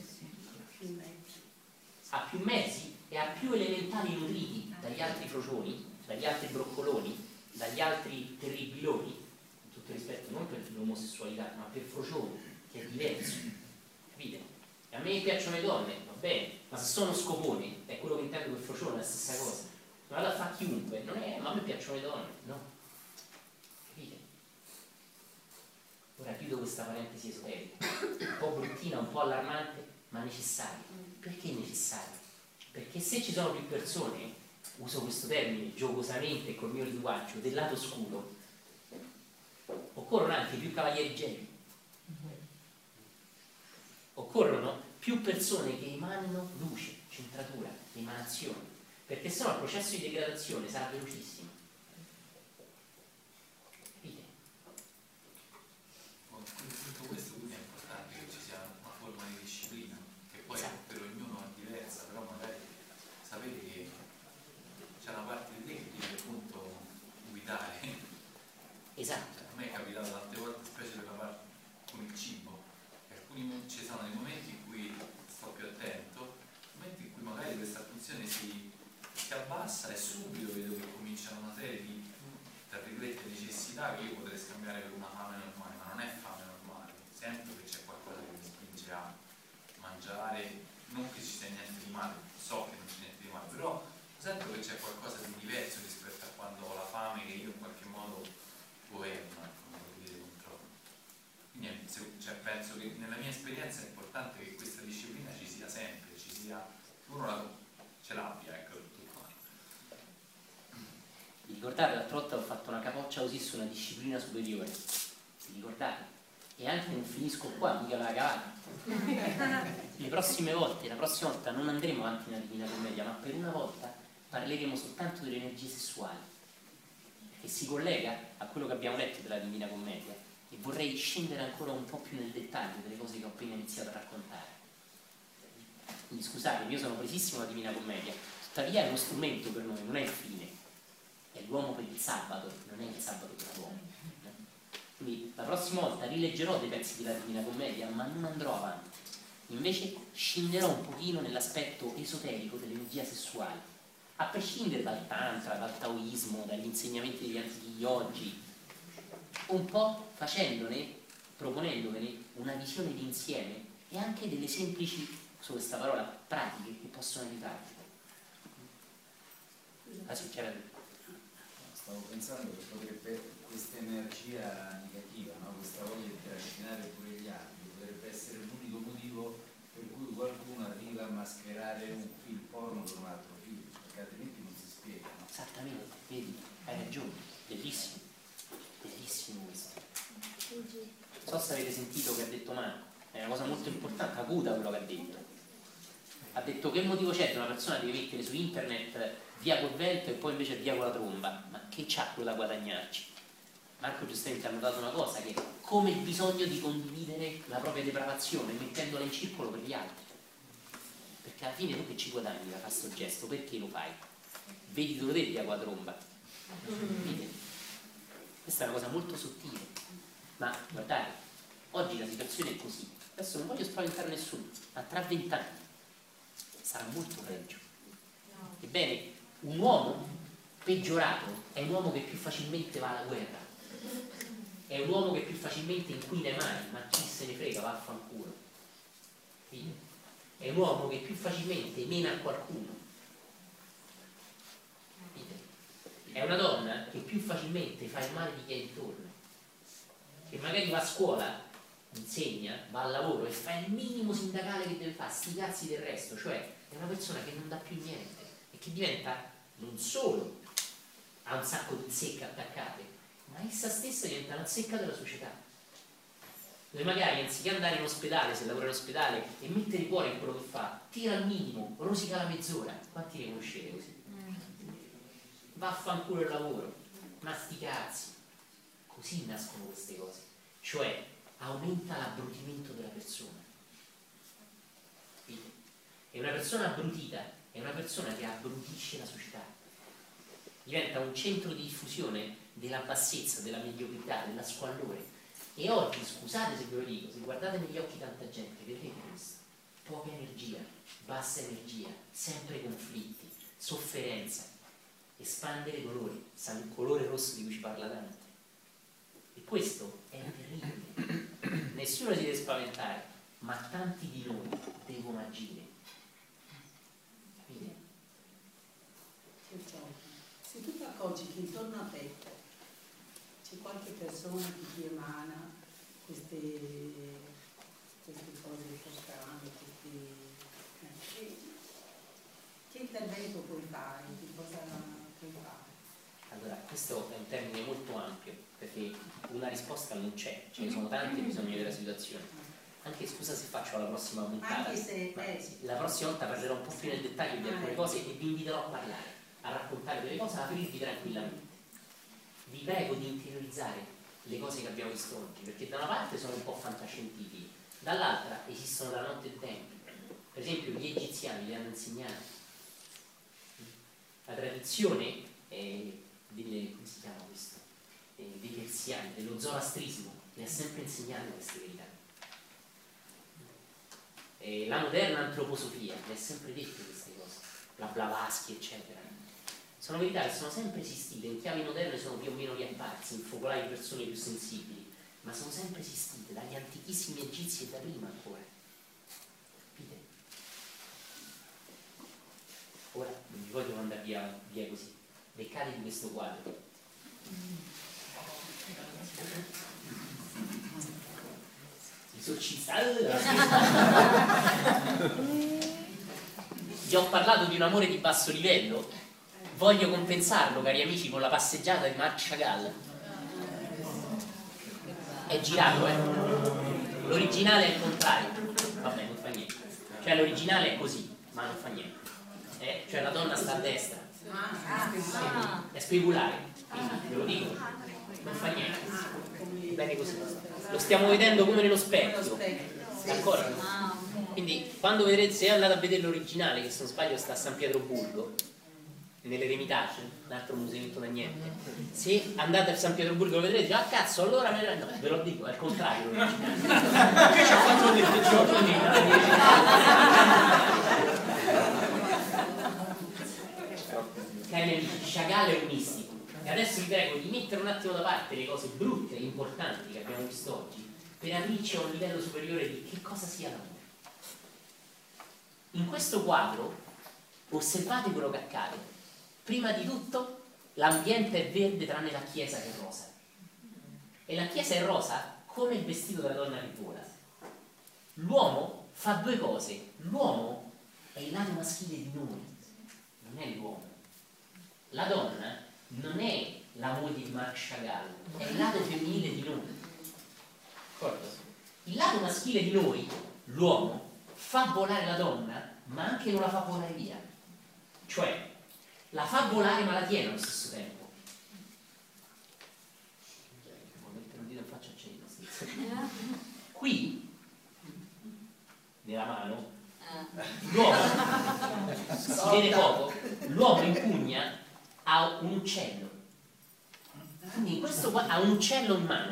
Ha più mezzi e ha più elementali nutriti dagli altri frocioni, dagli altri broccoloni, dagli altri terribiloni, con tutto rispetto non per l'omosessualità, ma per frocioni, che è diverso. Capite? E a me piacciono le donne, va bene, ma se sono scopone, è quello che intendo per frocione, è la stessa cosa. Non vado a fare chiunque, non è, ma a me piacciono le donne, no. Capite? Ora chiudo questa parentesi esoterica, un po' bruttina, un po' allarmante, ma necessaria. Perché necessaria? Perché se ci sono più persone, uso questo termine giocosamente col mio linguaggio, del lato oscuro, occorrono anche più cavalieri geni. Occorrono più persone che emanino luce, centratura, emanazione, perché sennò il processo di degradazione sarà velocissimo. Capite? Tutto questo quindi è importante che ci sia una forma di disciplina, che poi Esatto. per ognuno è diversa, però magari sapete che c'è una parte di te che deve appunto guidare. Esatto. Cioè, a me è capitato tante volte, specie per la parte con il cibo, che ci sono dei momenti in cui sto più attento, momenti in cui magari questa attenzione si abbassa e subito vedo che cominciano una serie di, tra virgolette, necessità che io potrei scambiare per una fame normale, ma non è fame normale, sento che c'è qualcosa che mi spinge a mangiare, non che ci sia niente di male, so che non c'è niente di male, però sento che c'è qualcosa di diverso rispetto a quando ho la fame che io in qualche modo governo, come lo dire controllo. Quindi cioè, penso che nella mia esperienza è importante che questa disciplina ci sia sempre, ci sia, uno ce l'abbia, ecco, tutto qua. Vi ricordate l'altra volta ho fatto una capoccia così sulla disciplina superiore? Vi ricordate? E anche non finisco qua, mica la cavata. Le prossime volte, la prossima volta non andremo avanti nella Divina Commedia, ma per una volta parleremo soltanto delle energie sessuali, che si collega a quello che abbiamo letto della Divina Commedia, e vorrei scendere ancora un po' più nel dettaglio delle cose che ho appena iniziato a raccontare. Quindi scusatemi, io sono presissimo alla Divina Commedia, tuttavia è uno strumento per noi, non è il fine, è l'uomo per il sabato, non è il sabato per l'uomo. Quindi la prossima volta rileggerò dei pezzi della Divina Commedia, ma non andrò avanti. Invece scenderò un pochino nell'aspetto esoterico dell'energia sessuale, a prescindere dal tantra, dal taoismo, dagli insegnamenti degli antichi yogi, un po' facendone, proponendovene una visione d'insieme e anche delle semplici, su questa parola, pratiche che possono aiutarvi. Ah sì, c'era lui. Stavo pensando che potrebbe questa energia negativa, no? Questa voglia di trascinare pure gli altri, potrebbe essere l'unico motivo per cui qualcuno arriva a mascherare un film porno con un altro film, perché altrimenti non si spiega. No? Esattamente, vedi, hai ragione, bellissimo, bellissimo questo. Non so se avete sentito che ha detto Marco, è una cosa molto importante, acuta quello che ha detto. Ha detto che motivo c'è che una persona deve mettere su internet via col vento e poi invece via con la tromba, ma che c'ha quello da guadagnarci? Marco giustamente ha notato una cosa, che come il bisogno di condividere la propria depravazione mettendola in circolo per gli altri, perché alla fine tu che ci guadagni da fare questo gesto, perché lo fai? Vedi dove te via con la tromba. Vedete? Questa è una cosa molto sottile, ma guardate, oggi la situazione è così, adesso non voglio spaventare nessuno, ma tra 20 anni sarà molto peggio. Ebbene, un uomo peggiorato è un uomo che più facilmente va alla guerra, è un uomo che più facilmente inquina i mari, ma chi se ne frega, vaffanculo. È un uomo che più facilmente mena qualcuno. È una donna che più facilmente fa il male di chi è intorno, che magari va a scuola, insegna, va al lavoro e fa il minimo sindacale che deve fare, sti cazzi del resto, cioè è una persona che non dà più niente e che diventa, non solo ha un sacco di zecche attaccate, ma essa stessa diventa una zecca della società, dove magari anziché andare in ospedale, se lavora in ospedale, e mettere cuore in quello che fa, tira al minimo, rosica la mezz'ora. Quanti ne conoscete così? Vaffanculo il lavoro, ma sti cazzi. Così nascono queste cose, cioè aumenta l'abbrutimento della persona. E una persona abbrutita è una persona che abbrutisce la società, diventa un centro di diffusione della bassezza, della mediocrità, della squallore. E oggi, scusate se ve lo dico, se guardate negli occhi tanta gente, vedrete questo: poca energia, bassa energia, sempre conflitti, sofferenza, espandere dolori, il colore rosso di cui ci parla Dante. E questo è terribile. Nessuno si deve spaventare, ma tanti di noi devono agire. Capite? Se tu ti accorgi che intorno a te c'è qualche persona che ti emana queste cose strane, intervento puoi fare? Che cosa puoi fare? Allora, questo è un termine molto ampio, perché una risposta non c'è, ce ne sono tante, bisogna vedere la situazione. Anche scusa se faccio la prossima puntata, Anche se la prossima volta parlerò un po' più nel dettaglio di alcune cose e vi inviterò a parlare, a raccontare delle cose, a aprirvi tranquillamente. Vi prego di interiorizzare le cose che abbiamo visto oggi, perché da una parte sono un po' fantascientifiche, dall'altra esistono da notte e tempi. Per esempio gli egiziani le hanno insegnate. La tradizione delle, come si chiama questo? Dei persiani, dello zoroastrismo, le ha sempre insegnate queste verità. La moderna antroposofia le ha sempre detto queste cose, la Blavatsky eccetera. Sono verità che sono sempre esistite, in chiavi moderne sono più o meno riapparse, in focolai di persone più sensibili, ma sono sempre esistite, dagli antichissimi egizi e da prima ancora. Capite? Ora non vi voglio mandare via così, beccate di questo quadro. Vi ho parlato di un amore di basso livello, voglio compensarlo, cari amici, con la passeggiata di Marc Chagall. È girato, l'originale è il contrario, vabbè, non fa niente, cioè l'originale è così, ma non fa niente, cioè la donna sta a destra, è speculare, quindi ve lo dico, non fa niente, bene così, lo stiamo vedendo come nello specchio, d'accordo? Quindi quando vedrete, se andate a vedere l'originale, che se non sbaglio sta a San Pietroburgo, nell'Eremitaggio, un altro museetto da niente, se andate a San Pietroburgo lo vedrete, ah cazzo, allora no, ve lo dico, è il contrario l'originale. Che ci ho fatto vedere? Cari amici, Chagall è un mistico. E adesso vi prego di mettere un attimo da parte le cose brutte e importanti che abbiamo visto oggi per aprirci a un livello superiore di che cosa sia l'amore. In questo quadro osservate quello che accade. Prima di tutto l'ambiente è verde tranne la chiesa che è rosa. E la chiesa è rosa come il vestito della donna che vola. L'uomo fa due cose. L'uomo è il lato maschile di noi, non è l'uomo. La donna non è la moglie di Marc Chagall, è il lato femminile di noi. D'accordo? Il lato maschile di noi, l'uomo, fa volare la donna, ma anche non la fa volare via. Cioè, la fa volare ma la tiene allo stesso tempo. Devo mettere un dito in faccia a Cenno. Qui, nella mano, l'uomo, si vede poco, l'uomo impugna a un uccello. Quindi in questo qua ha un uccello in mano.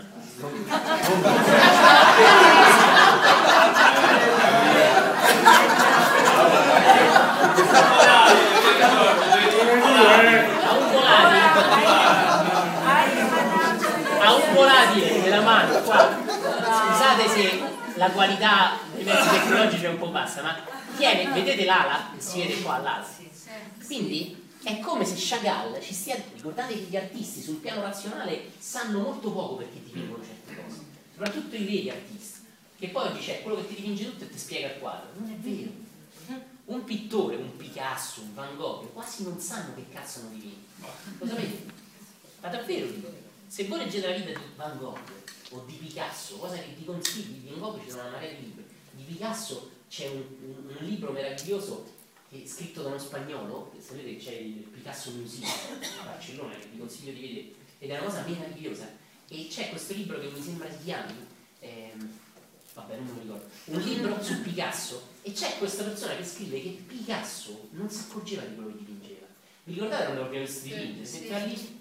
Ha un volatile nella mano qua. Scusate se la qualità dei mezzi tecnologici è un po' bassa, ma tiene, vedete l'ala? Si vede qua l'ala. Quindi è come se Chagall ci stia. Ricordate che gli artisti sul piano razionale sanno molto poco perché dipingono certe cose, soprattutto i veri artisti, che poi oggi c'è quello che ti dipinge tutto e ti spiega il quadro. Non è vero. Un pittore, un Picasso, un Van Gogh quasi non sanno che cazzo hanno dipinto. Lo sapete? Ma davvero dico, se voi leggete la vita di Van Gogh o di Picasso, cosa che vi consigli, di Van Gogh ci sono una marea di libri, di Picasso c'è un libro meraviglioso scritto da uno spagnolo, sapete che c'è il Picasso Museum a Barcellona che vi consiglio di vedere, ed è una cosa meravigliosa, e c'è questo libro che mi sembra si chiami vabbè non me lo ricordo, un libro su Picasso, e c'è questa persona che scrive che Picasso non si accorgeva di quello che dipingeva. Vi ricordate quando abbiamo visto dipingere? Se te lì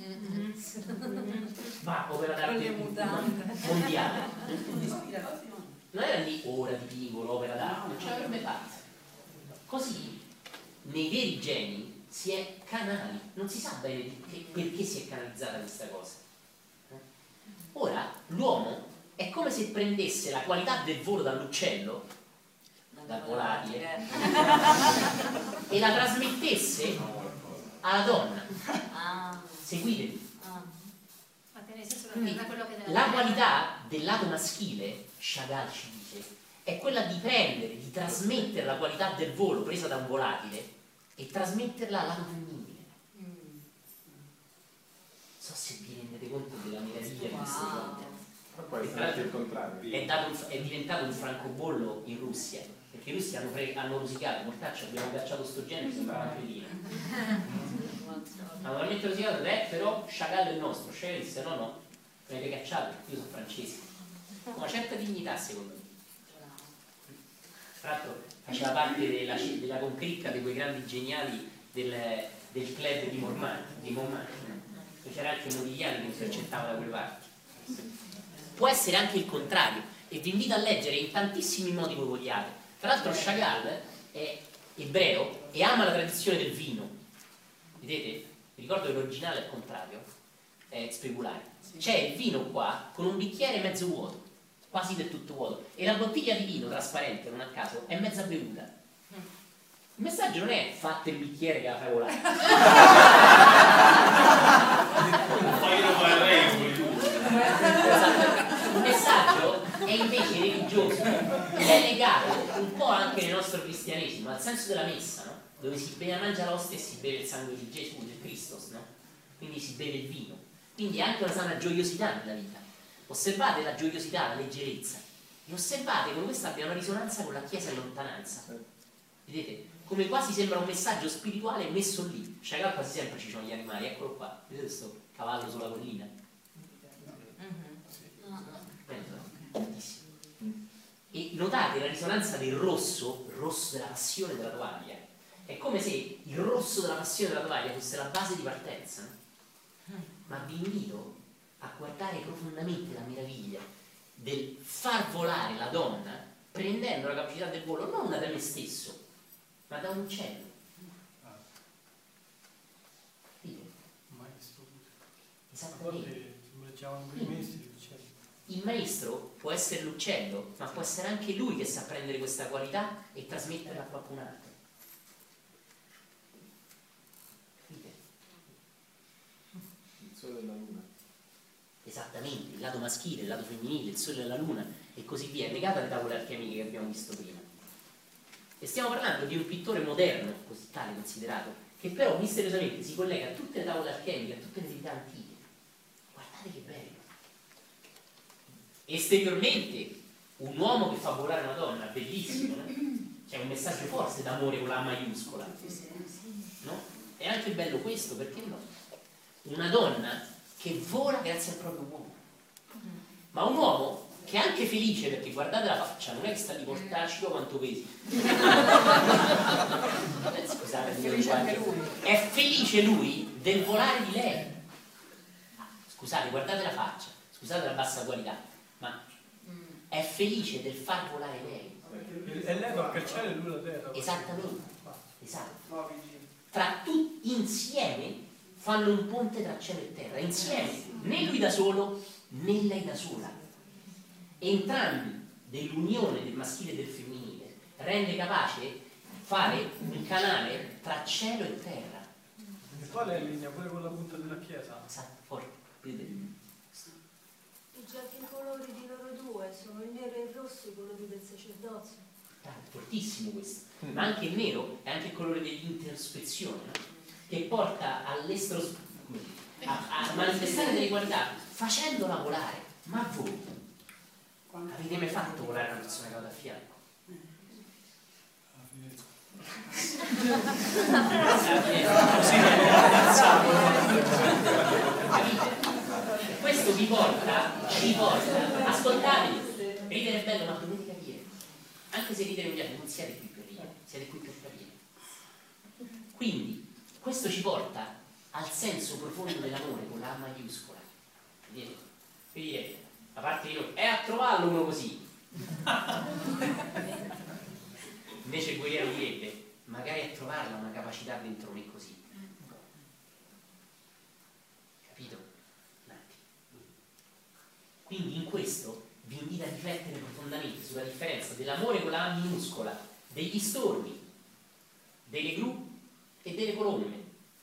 va, opera d'arte mondiale, non era lì ora dipingo l'opera d'arte, non ce l'avrebbe fatta. Così nei veri geni si è canali, non si sa bene perché si è canalizzata questa cosa. Ora l'uomo è come se prendesse la qualità del volo dall'uccello, dal volatile, e la trasmettesse alla donna. Seguitemi. Quindi la qualità del lato maschile, Chagall ci dice, è quella di prendere, di trasmettere la qualità del volo presa da un volatile e trasmetterla al lato femminile. Non so se vi rendete conto della meraviglia di queste cose. Ma poi è anche il contrario. È diventato un francobollo in Russia, perché i russi hanno rosicato, mortacci, abbiamo cacciato sto genere, sembrava una felina. Hanno veramente rosicato, però Chagall è il nostro. Chagall disse no, mi avete cacciato, io sono francese. Con una certa dignità secondo me. Tra l'altro faceva parte della concricca di quei grandi geniali del club di Montmartre. C'era anche Modigliani che si accettava da quelle parti. Può essere anche il contrario, e vi invito a leggere in tantissimi modi voi vogliate. Tra l'altro Chagall è ebreo e ama la tradizione del vino. Vedete? Vi ricordo che l'originale è il contrario, è speculare. C'è il vino qua con un bicchiere mezzo vuoto, quasi del tutto vuoto, e la bottiglia di vino trasparente, non a caso, è mezza bevuta. Il messaggio non è fatte il bicchiere che la fai volare. Il messaggio è invece religioso, è legato un po' anche nel nostro cristianesimo al senso della messa, no? Dove si mangia l'ostia e si beve il sangue di Gesù, del Christos, no? Quindi si beve il vino. Quindi è anche una sana gioiosità nella vita. Osservate la gioiosità, la leggerezza, e osservate come questa abbia una risonanza con la Chiesa in lontananza. Vedete? Come quasi sembra un messaggio spirituale messo lì. Chagall quasi sempre ci sono gli animali, eccolo qua. Vedete questo cavallo sulla collina? Bellissimo. E notate la risonanza del rosso, il rosso della passione della tovaglia. È come se il rosso della passione della tovaglia fosse la base di partenza. Ma vi invito a guardare profondamente la meraviglia del far volare la donna prendendo la capacità del volo non da me stesso, ma da un uccello. Esattamente. Il maestro può essere l'uccello, ma può essere anche lui che sa prendere questa qualità e trasmetterla a qualcun altro. Il sole e la luna. Esattamente, il lato maschile, il lato femminile, il sole e la luna e così via, è legata alle tavole alchemiche che abbiamo visto prima. E stiamo parlando di un pittore moderno, così tale considerato, che però misteriosamente si collega a tutte le tavole alchemiche, a tutte le verità antiche. Guardate che bello! Esteriormente, un uomo che fa volare una donna, bellissimo, no? C'è un messaggio forte d'amore con la maiuscola, no? È anche bello questo, perché no? Una donna che vola grazie al proprio uomo, ma un uomo che è anche felice, perché guardate la faccia, non è che sta lì col tacido quanto pesi. Scusate, è felice lui del volare di lei. Scusate, guardate la faccia, scusate la bassa qualità, ma è felice del far volare lei. E lei tocca il cielo e lui la terra. Esattamente, esatto. Tra tutti insieme fanno un ponte tra cielo e terra, insieme, né lui da solo né lei da sola. Entrambi dell'unione del maschile e del femminile rende capace fare un canale tra cielo e terra. E qual è la linea? Pure con la punta della chiesa? Esatto, forte. I giochi in colori di loro due sono il nero e il rosso, i colori del sacerdozio. Fortissimo questo, ma anche il nero è anche il colore dell'introspezione, no? Che porta a manifestare delle qualità facendola volare. Ma voi avete mai fatto volare una persona che vada a fianco? Capite? Questo ci porta, ascoltatemi, ridere è bello, ma dovete capire, anche se ridere è un viaggio, non siete qui per ridere, siete qui per capire. Quindi questo ci porta al senso profondo dell'amore con la A maiuscola. Vedete? Quindi direte, a parte io, è a trovarlo uno così. Invece il guerriero direbbe, magari a trovarla una capacità dentro me così. Capito? Quindi in questo vi invito a riflettere profondamente sulla differenza dell'amore con la A minuscola, degli stormi, delle gru e delle colombe,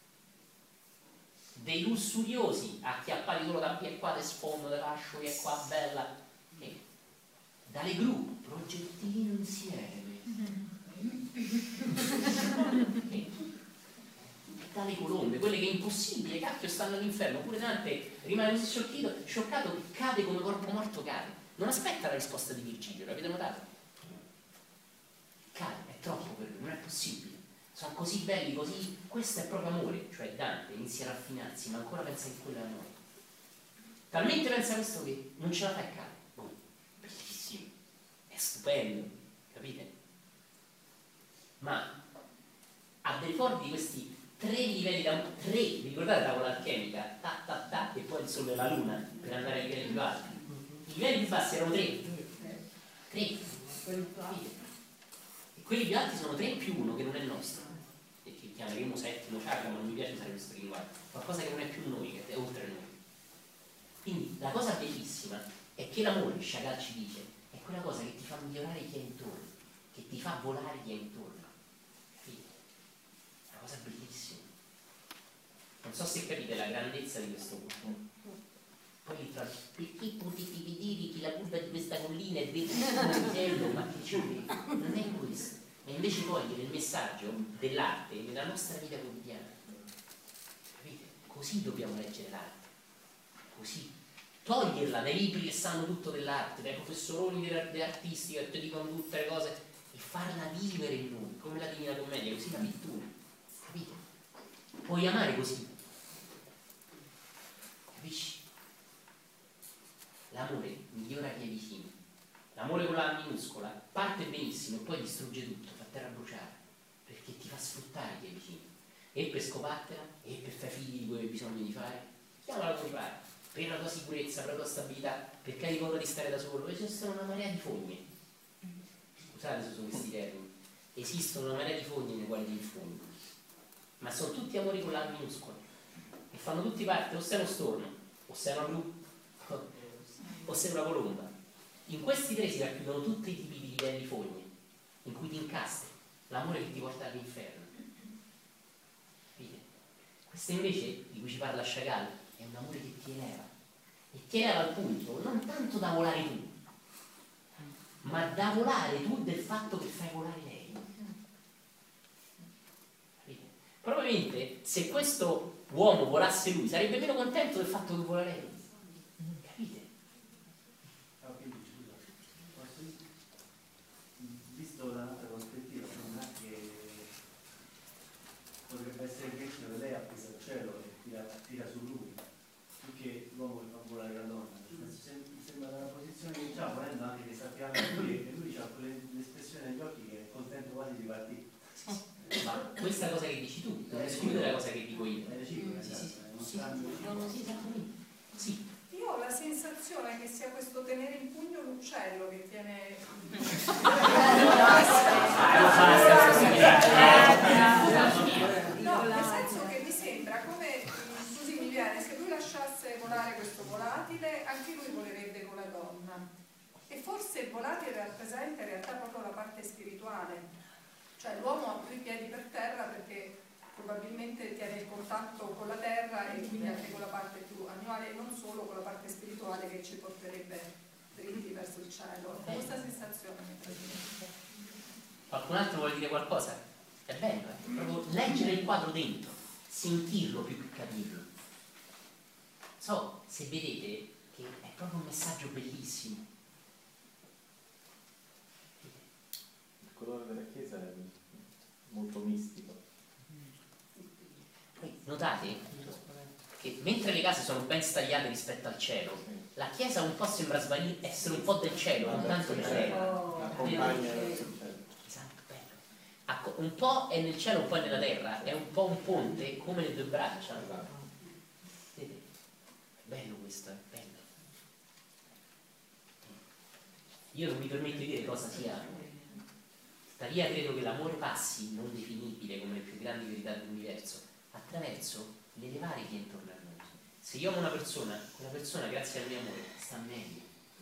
dei lussuriosi acchiappati solo da qui qua di sfondo, da lascio che è qua bella, dalle gru, progettino insieme, dalle colombe, quelle che è impossibile, cacchio, stanno all'inferno. Oppure Dante rimane così scioccato che cade come corpo morto, cade. Non aspetta la risposta di Virgilio, l'avete notato? Cade, è troppo per lui, non è possibile. Sono così belli, così... Questo è proprio amore, cioè Dante inizia a raffinarsi, ma ancora pensa che quello è amore. Talmente pensa questo che non ce la fa e cade. Bellissimo, è stupendo, capite? Ma a dei fuori di questi 3 livelli vi ricordate la tavola alchemica? E poi il sole e la luna per andare ai livelli più alti. I livelli più bassi erano 3. 3. E quelli più alti sono 3 più 1 che non è il nostro. E che chiameremo settimo chakra, ma non mi piace usare questo linguaggio. Qualcosa che non è più noi, che è oltre noi. Quindi la cosa bellissima è che l'amore, Chagall ci dice, è quella cosa che ti fa migliorare chi è intorno, che ti fa volare chi è intorno. Capite? È una cosa bellissima. Non so se capite la grandezza di questo punto. Poi li trovi, perché potete vedere che la curva di questa collina è verde, ma che ci vede? Non è questo. Ma invece cogliere il messaggio dell'arte nella nostra vita quotidiana. Capite? Così dobbiamo leggere l'arte. Così. Toglierla dai libri che sanno tutto dell'arte, dai professoroni dell'artistica che ti dicono tutte le cose, e farla vivere in noi, come la Divina Commedia, così la vivi tu. Capite? Puoi amare così. Capisci? L'amore migliora chi è vicino. L'amore con la minuscola parte benissimo e poi distrugge tutto, fa terra bruciare, perché ti fa sfruttare chi è vicino. E per scopartela, e per fare figli di quello che hai bisogno di fare, chiamala come pare, per la tua sicurezza, per la tua stabilità, perché hai paura di stare da solo. Esistono una marea di fogne. Scusate se sono questi termini. Esistono una marea di fogne nei quali ti infondi. Ma sono tutti amori con la minuscola. E fanno tutti parte, o sei uno storno, o sei una blu, o sei una colomba. In questi 3 si racchiudono tutti i tipi di livelli fogne, in cui ti incastri, l'amore che ti porta all'inferno. Capite? Questo invece, di cui ci parla Chagall, è un amore che ti eleva. E ti eleva al punto, non tanto da volare tu, ma da volare tu del fatto che fai volare lei. Capite? Probabilmente, se questo uomo volasse lui, sarebbe meno contento del fatto che vola lei. Capite? Visto da un'altra prospettiva, sembra che potrebbe essere il greccio che lei ha preso al cielo e tira su lui, più che l'uomo che fa volare la donna. Sembra da una posizione che già volendo anche desattivamente lui, e lui ha quell'espressione negli occhi che è contento quasi di partire. Ma questa cosa che dici tu, non esclude la cosa che dico io. Sì. Io ho la sensazione che sia questo tenere in pugno l'uccello che tiene... No, nel senso che mi sembra come, così mi viene, se lui lasciasse volare questo volatile, anche lui volerebbe con la donna. E forse il volatile rappresenta in realtà proprio la parte spirituale. Cioè l'uomo ha più i piedi per terra perché probabilmente tiene il contatto con la terra e quindi anche con la parte più animale e non solo con la parte spirituale che ci porterebbe dritti verso il cielo. Questa sensazione mi trasmette. Qualcun altro vuole dire qualcosa? È bello, proprio leggere il quadro dentro, sentirlo più che capirlo. So se vedete che è proprio un messaggio bellissimo. Il colore della chiesa è molto mistico. Poi notate che mentre le case sono ben stagliate rispetto al cielo, la chiesa un po' sembra essere un po' del cielo, non tanto della terra. Esatto, bello. Un po' è nel cielo, un po' è nella terra, è un po' un ponte come le 2 braccia. Vedete? È bello questo, è bello. Io non mi permetto di dire cosa sia amore. Tuttavia credo che l'amore passi, non definibile come le più grandi verità dell'universo, attraverso l'elevare chi è intorno a noi. Se io amo una persona, quella persona grazie al mio amore sta meglio.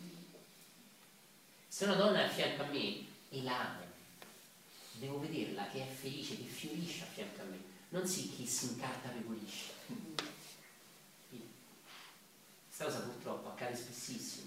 Se una donna è a fianco a me e la amo, devo vederla che è felice, che fiorisce a fianco a me, non sì che si incartapecolisce. Questa cosa purtroppo accade spessissimo.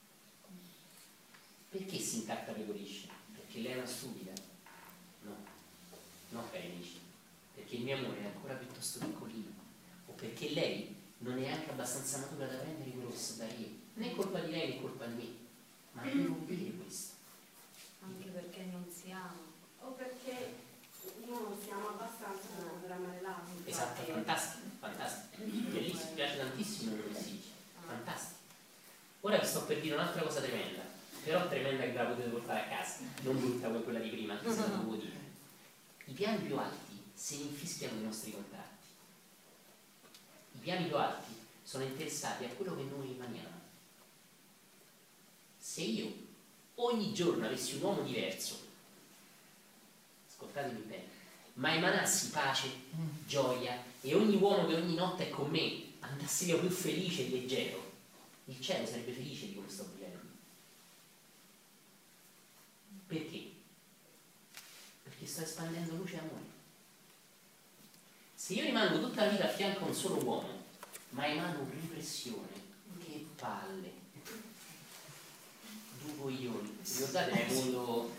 Perché si incartapecolisce? Perché lei è una stupida? No, no cari amici, perché perché il mio amore è ancora piuttosto piccolino, o perché lei non è anche abbastanza matura da prendere quello che so dare io. Non è colpa di lei, né colpa di me, ma devo vedere questo. Anche perché non si ama. O perché io non siamo abbastanza per amare l'altro. Esatto, fantastico, fantastico. Bellissimo, mi piace tantissimo quello che si dice. Fantastico. Ora vi sto per dire un'altra cosa tremenda, però tremenda che ve la potete portare a casa, non brutta come quella di prima, che se la devo dire. I piani più alti se ne infischiano i nostri contratti. I piani più alti sono interessati a quello che noi emaniamo. Se io ogni giorno avessi un uomo diverso, ascoltatemi bene, ma emanassi pace, gioia, e ogni uomo che ogni notte è con me andasse via più felice e leggero, il cielo sarebbe felice di come sto vivendo. Perché? Perché sto espandendo luce e amore. Se io rimango tutta la vita a fianco a un solo uomo, ma emano repressione, che palle, due coglioni, ricordate nel mondo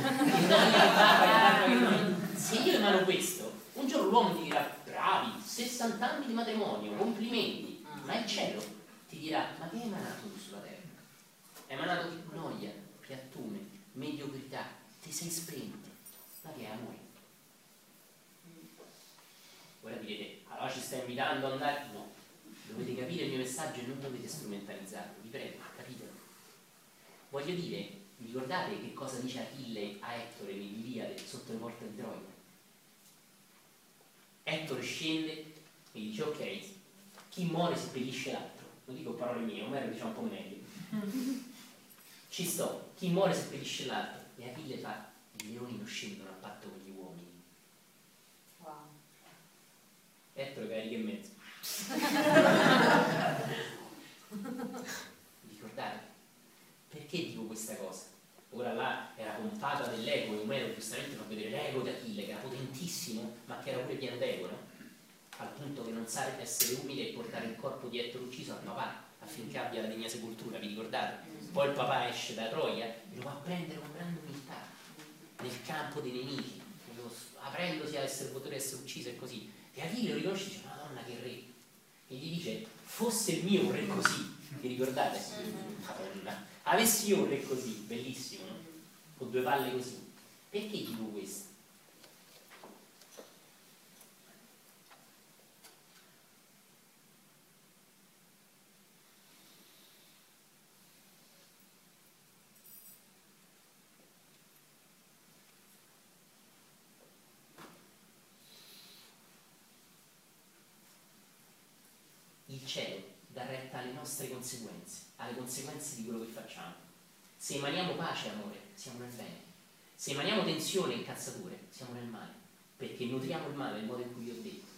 se io emano questo, un giorno l'uomo ti dirà bravi, 60 anni di matrimonio, complimenti, ma il cielo ti dirà ma che hai emanato tu sulla terra? Hai emanato di noia, piattume, mediocrità, ti sei spento, ma che è amore? Ora direte, allora ci stai invitando ad andare? No, dovete capire il mio messaggio e non dovete strumentalizzarlo, vi prego, capitelo. Voglio dire, vi ricordate che cosa dice Achille a Ettore nell'Iliade sotto le porte di Troia? Ettore scende e dice ok, chi muore seppellisce l'altro. Non dico parole mie, Omero diciamo un po' meglio. Ci sto, chi muore seppellisce l'altro. E Achille fa, i leoni non scendono a patto con gli uomini. Wow. Ettore carica e mezzo. Vi ricordate? Perché dico questa cosa? Ora là era pompata dell'ego e Omero giustamente fa vedere l'ego di Achille che era potentissimo ma che era pure pieno d'ego, no? Al punto che non sa essere umile e portare il corpo di Ettore ucciso al papà affinché abbia la degna sepoltura, vi ricordate? Poi il papà esce da Troia e lo va a prendere con grande umiltà nel campo dei nemici, aprendosi a essere potere essere ucciso e così. E Achille lo riconosce e dice Madonna che re, e gli dice fosse il mio un re così, vi ricordate? Madonna, avessi io un re così, bellissimo, no? Con due palle così. Perché dico questo? Il cielo dà retta alle nostre conseguenze, alle conseguenze di quello che facciamo. Se emaniamo pace e amore, siamo nel bene. Se emaniamo tensione e incazzature, siamo nel male, perché nutriamo il male nel modo in cui vi ho detto.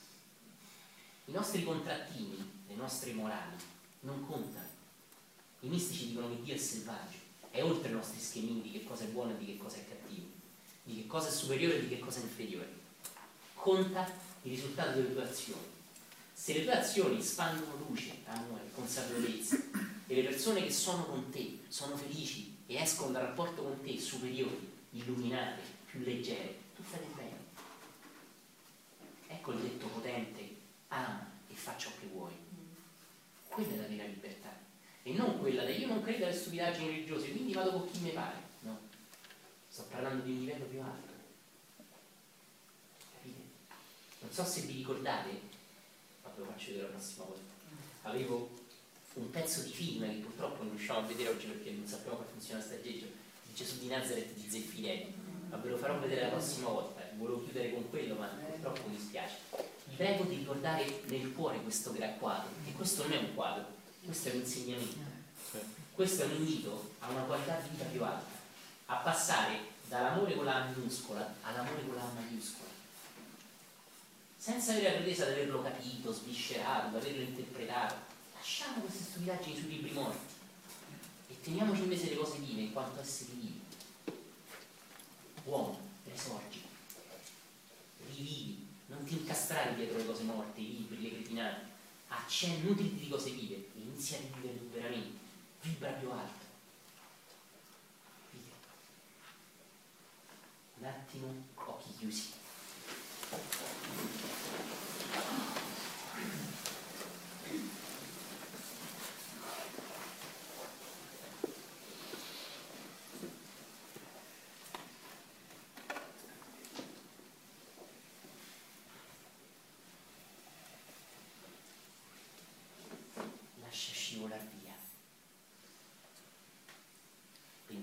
I nostri contrattini, le nostre morali, non contano. I mistici dicono che Dio è selvaggio, è oltre i nostri schemini di che cosa è buono e di che cosa è cattivo, di che cosa è superiore e di che cosa è inferiore. Conta il risultato delle tue azioni. Se le tue azioni spandono luce, amore, consapevolezza, e le persone che sono con te sono felici e escono dal rapporto con te superiori, illuminate, più leggere, tu fai del bene. Ecco il detto potente, ama e fa ciò che vuoi. Quella è la vera libertà. E non quella di io non credo alle stupidaggini religiose, quindi vado con chi mi pare. No, sto parlando di un livello più alto. Capite? Non so se vi ricordate, lo faccio vedere la prossima volta. Avevo un pezzo di film che purtroppo non riusciamo a vedere oggi perché non sappiamo come funziona sta legge, di Gesù di Nazareth di Zeffirelli, ma ve lo farò vedere la prossima volta. Volevo chiudere con quello, ma purtroppo mi dispiace. Vi prego di ricordare nel cuore questo quadro, che questo non è un quadro, questo è un insegnamento, questo è un invito a una qualità di vita più alta, a passare dall'amore con la A minuscola all'amore con la A maiuscola, senza avere la pretesa di averlo capito, sviscerato, di averlo interpretato. Lasciamo queste stupidaggini sui libri morti e teniamoci invece le cose vive in quanto esseri vivi. Uomo, risorgi, rivivi, non ti incastrare dietro le cose morte, i libri, le cretinate. Nutriti di cose vive e inizia a vivere tu veramente. Vibra più alto. Un attimo, occhi chiusi.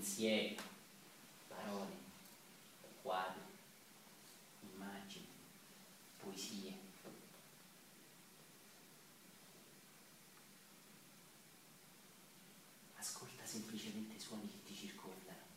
pensieri, parole, quadri, immagini, poesie. Ascolta semplicemente i suoni che ti circondano.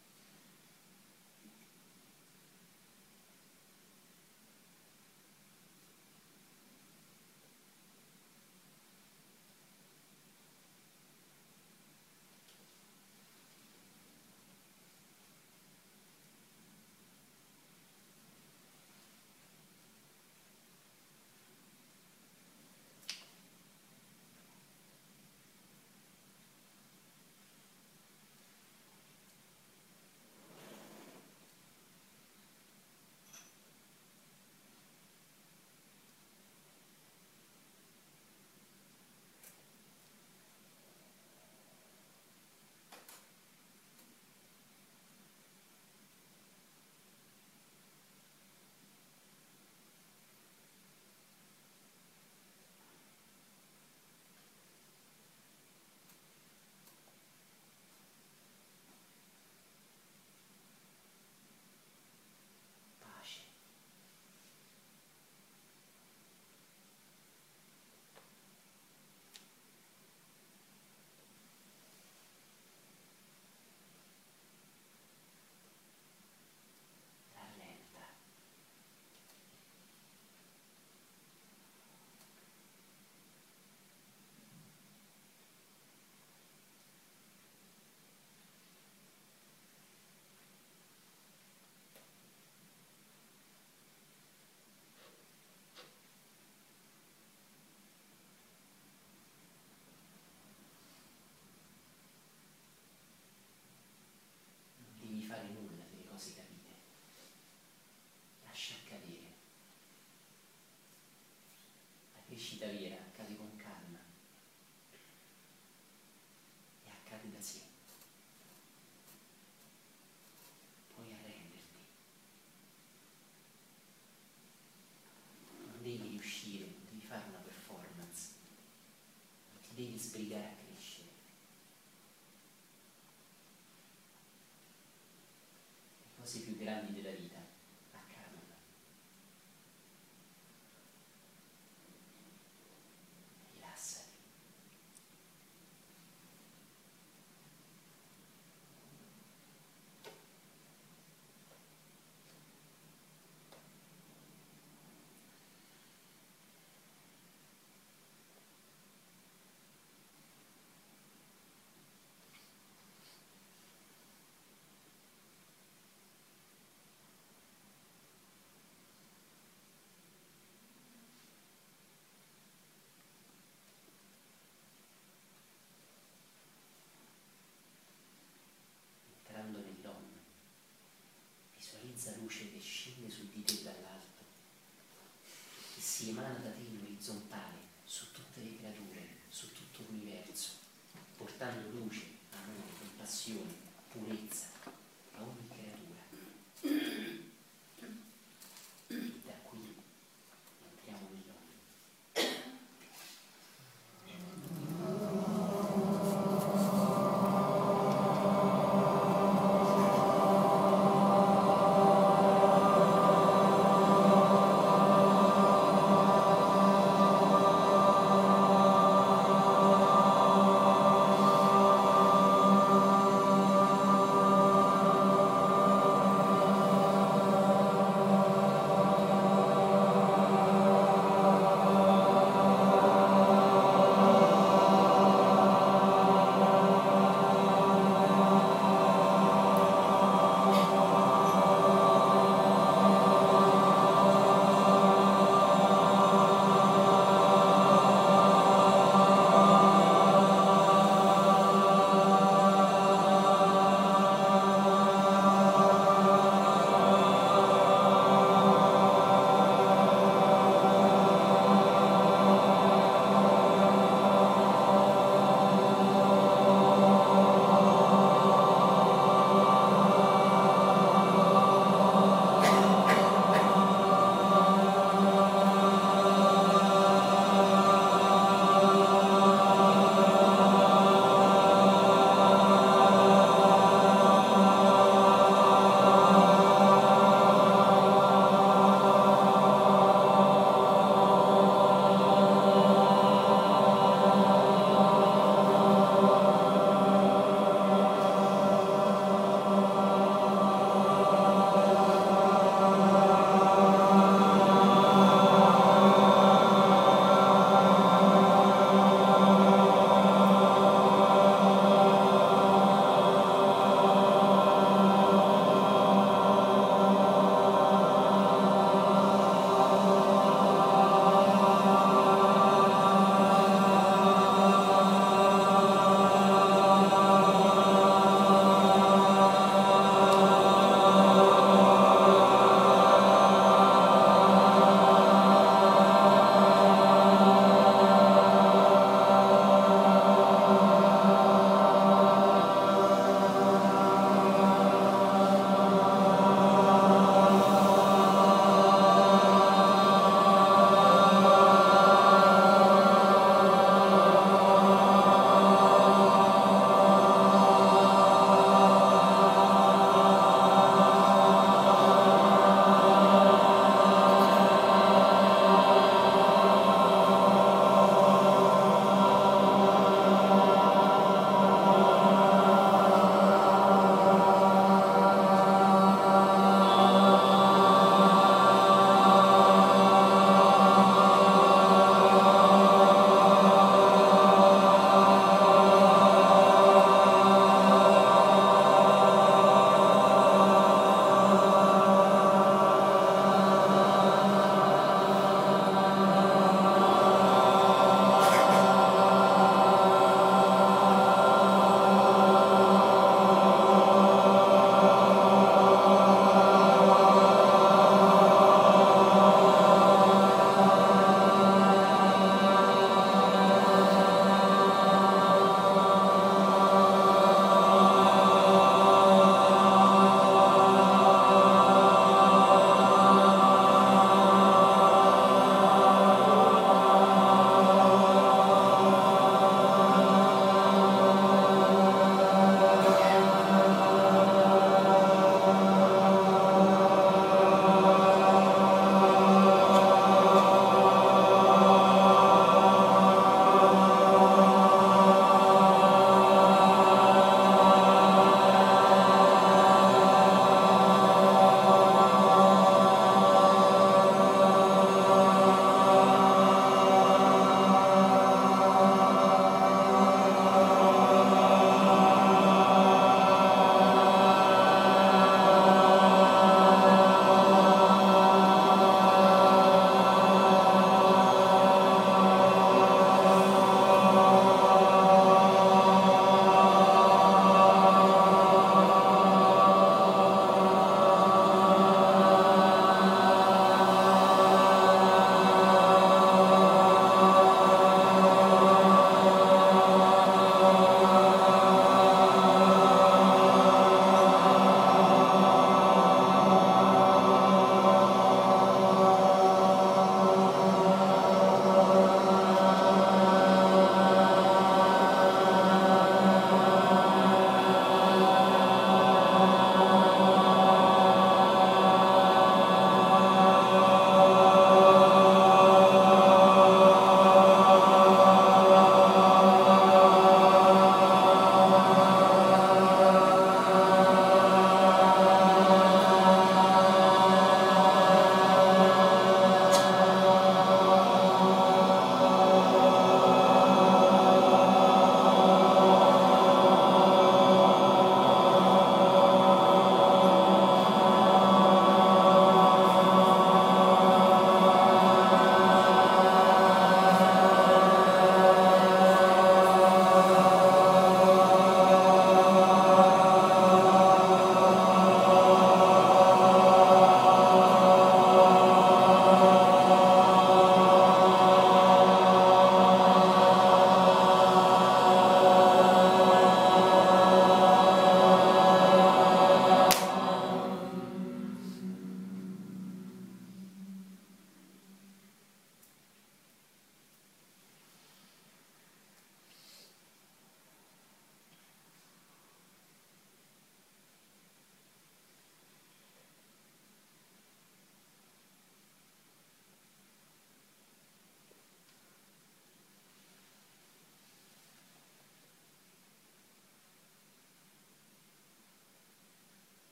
crescita vera accade con calma e accade da sé. Puoi arrenderti, non devi riuscire, non devi fare una performance, non ti devi sbrigare a crescere. Le cose più grandi della vita accadono. Rilassati. Entrando nell'Om, visualizza luce che scende su di te dall'alto, che si emana da te in orizzontale su tutte le creature, su tutto l'universo, portando luce, amore, compassione, purezza a ogni creatura. E da qui entriamo nell'Om. Om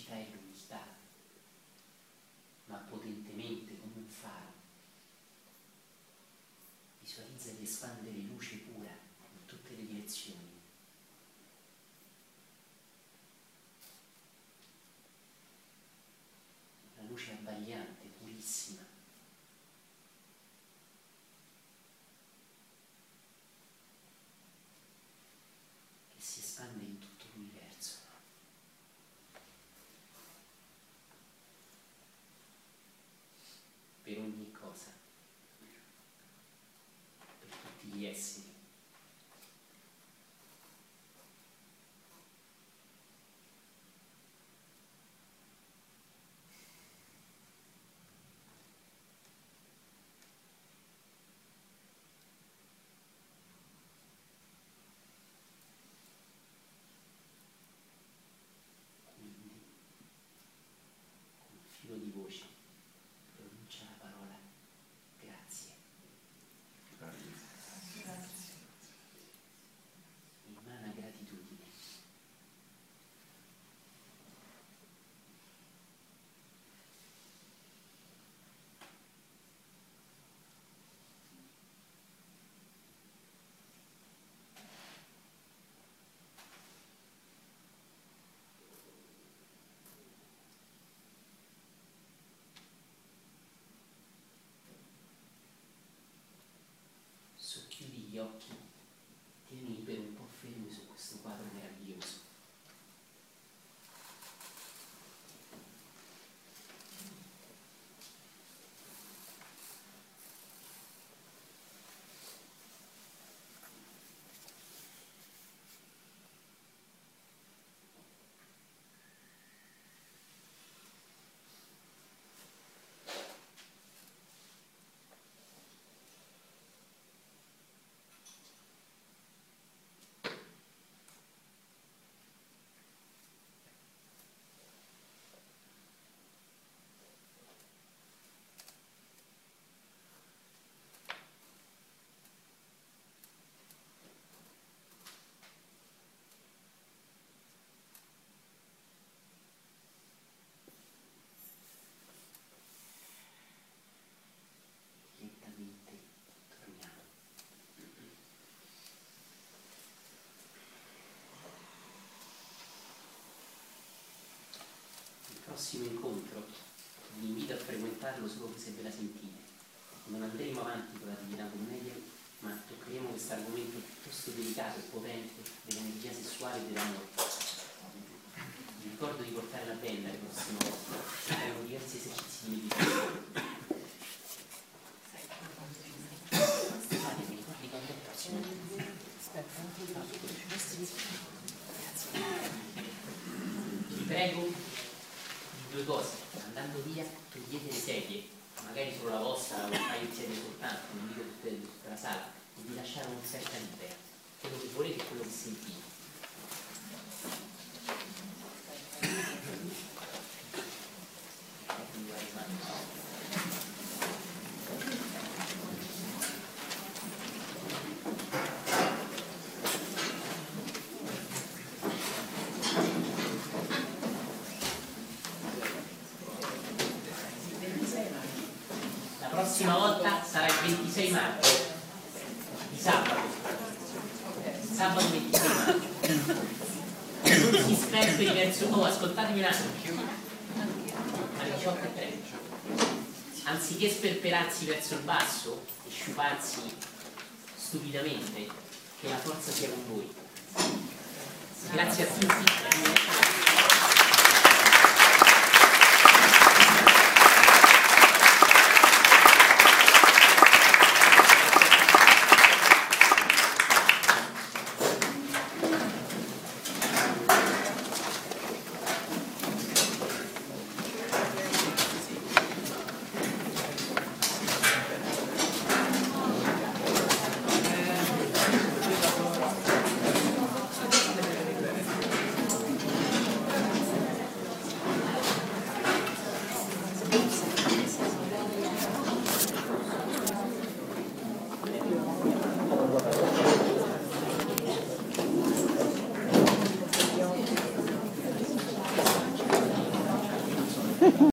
semplicità e l'umiltà, ma potentemente come un faro. Visualizza di espandere luce pura in tutte le direzioni. Una luce abbagliante, purissima. Che si espande in tutto l'universo. Per ogni cosa. Per tutti gli esseri. Filo di voce, pronuncia la parola grazie. Emana gratitudine. Socchiudi gli occhi, tieni per un po' fermi su questo quadro meraviglioso. Lentamente torniamo. Il prossimo incontro vi invito a frequentarlo solo se ve la sentite. Non andremo avanti con la Divina Commedia, ma toccheremo questo argomento piuttosto delicato e potente dell'energia sessuale e dell'amore. Vi ricordo di portare la benda le prossime volte. Faremo diversi esercizi di meditazione. Vi prego di due cose: andando via togliete le sedie, magari solo la vostra o un paio di sedie soltanto, non dico tutta la sala, e di lasciare un'offerta libera, quello che volete e quello che sentite. La prossima volta sarà il 26 maggio, di sabato. Sabato 26 maggio. Non si sperperi verso... Oh, ascoltatemi un attimo. Alle 18:30. Anziché sperperarsi verso il basso e sciuparsi stupidamente, che la forza sia con voi. Grazie a tutti.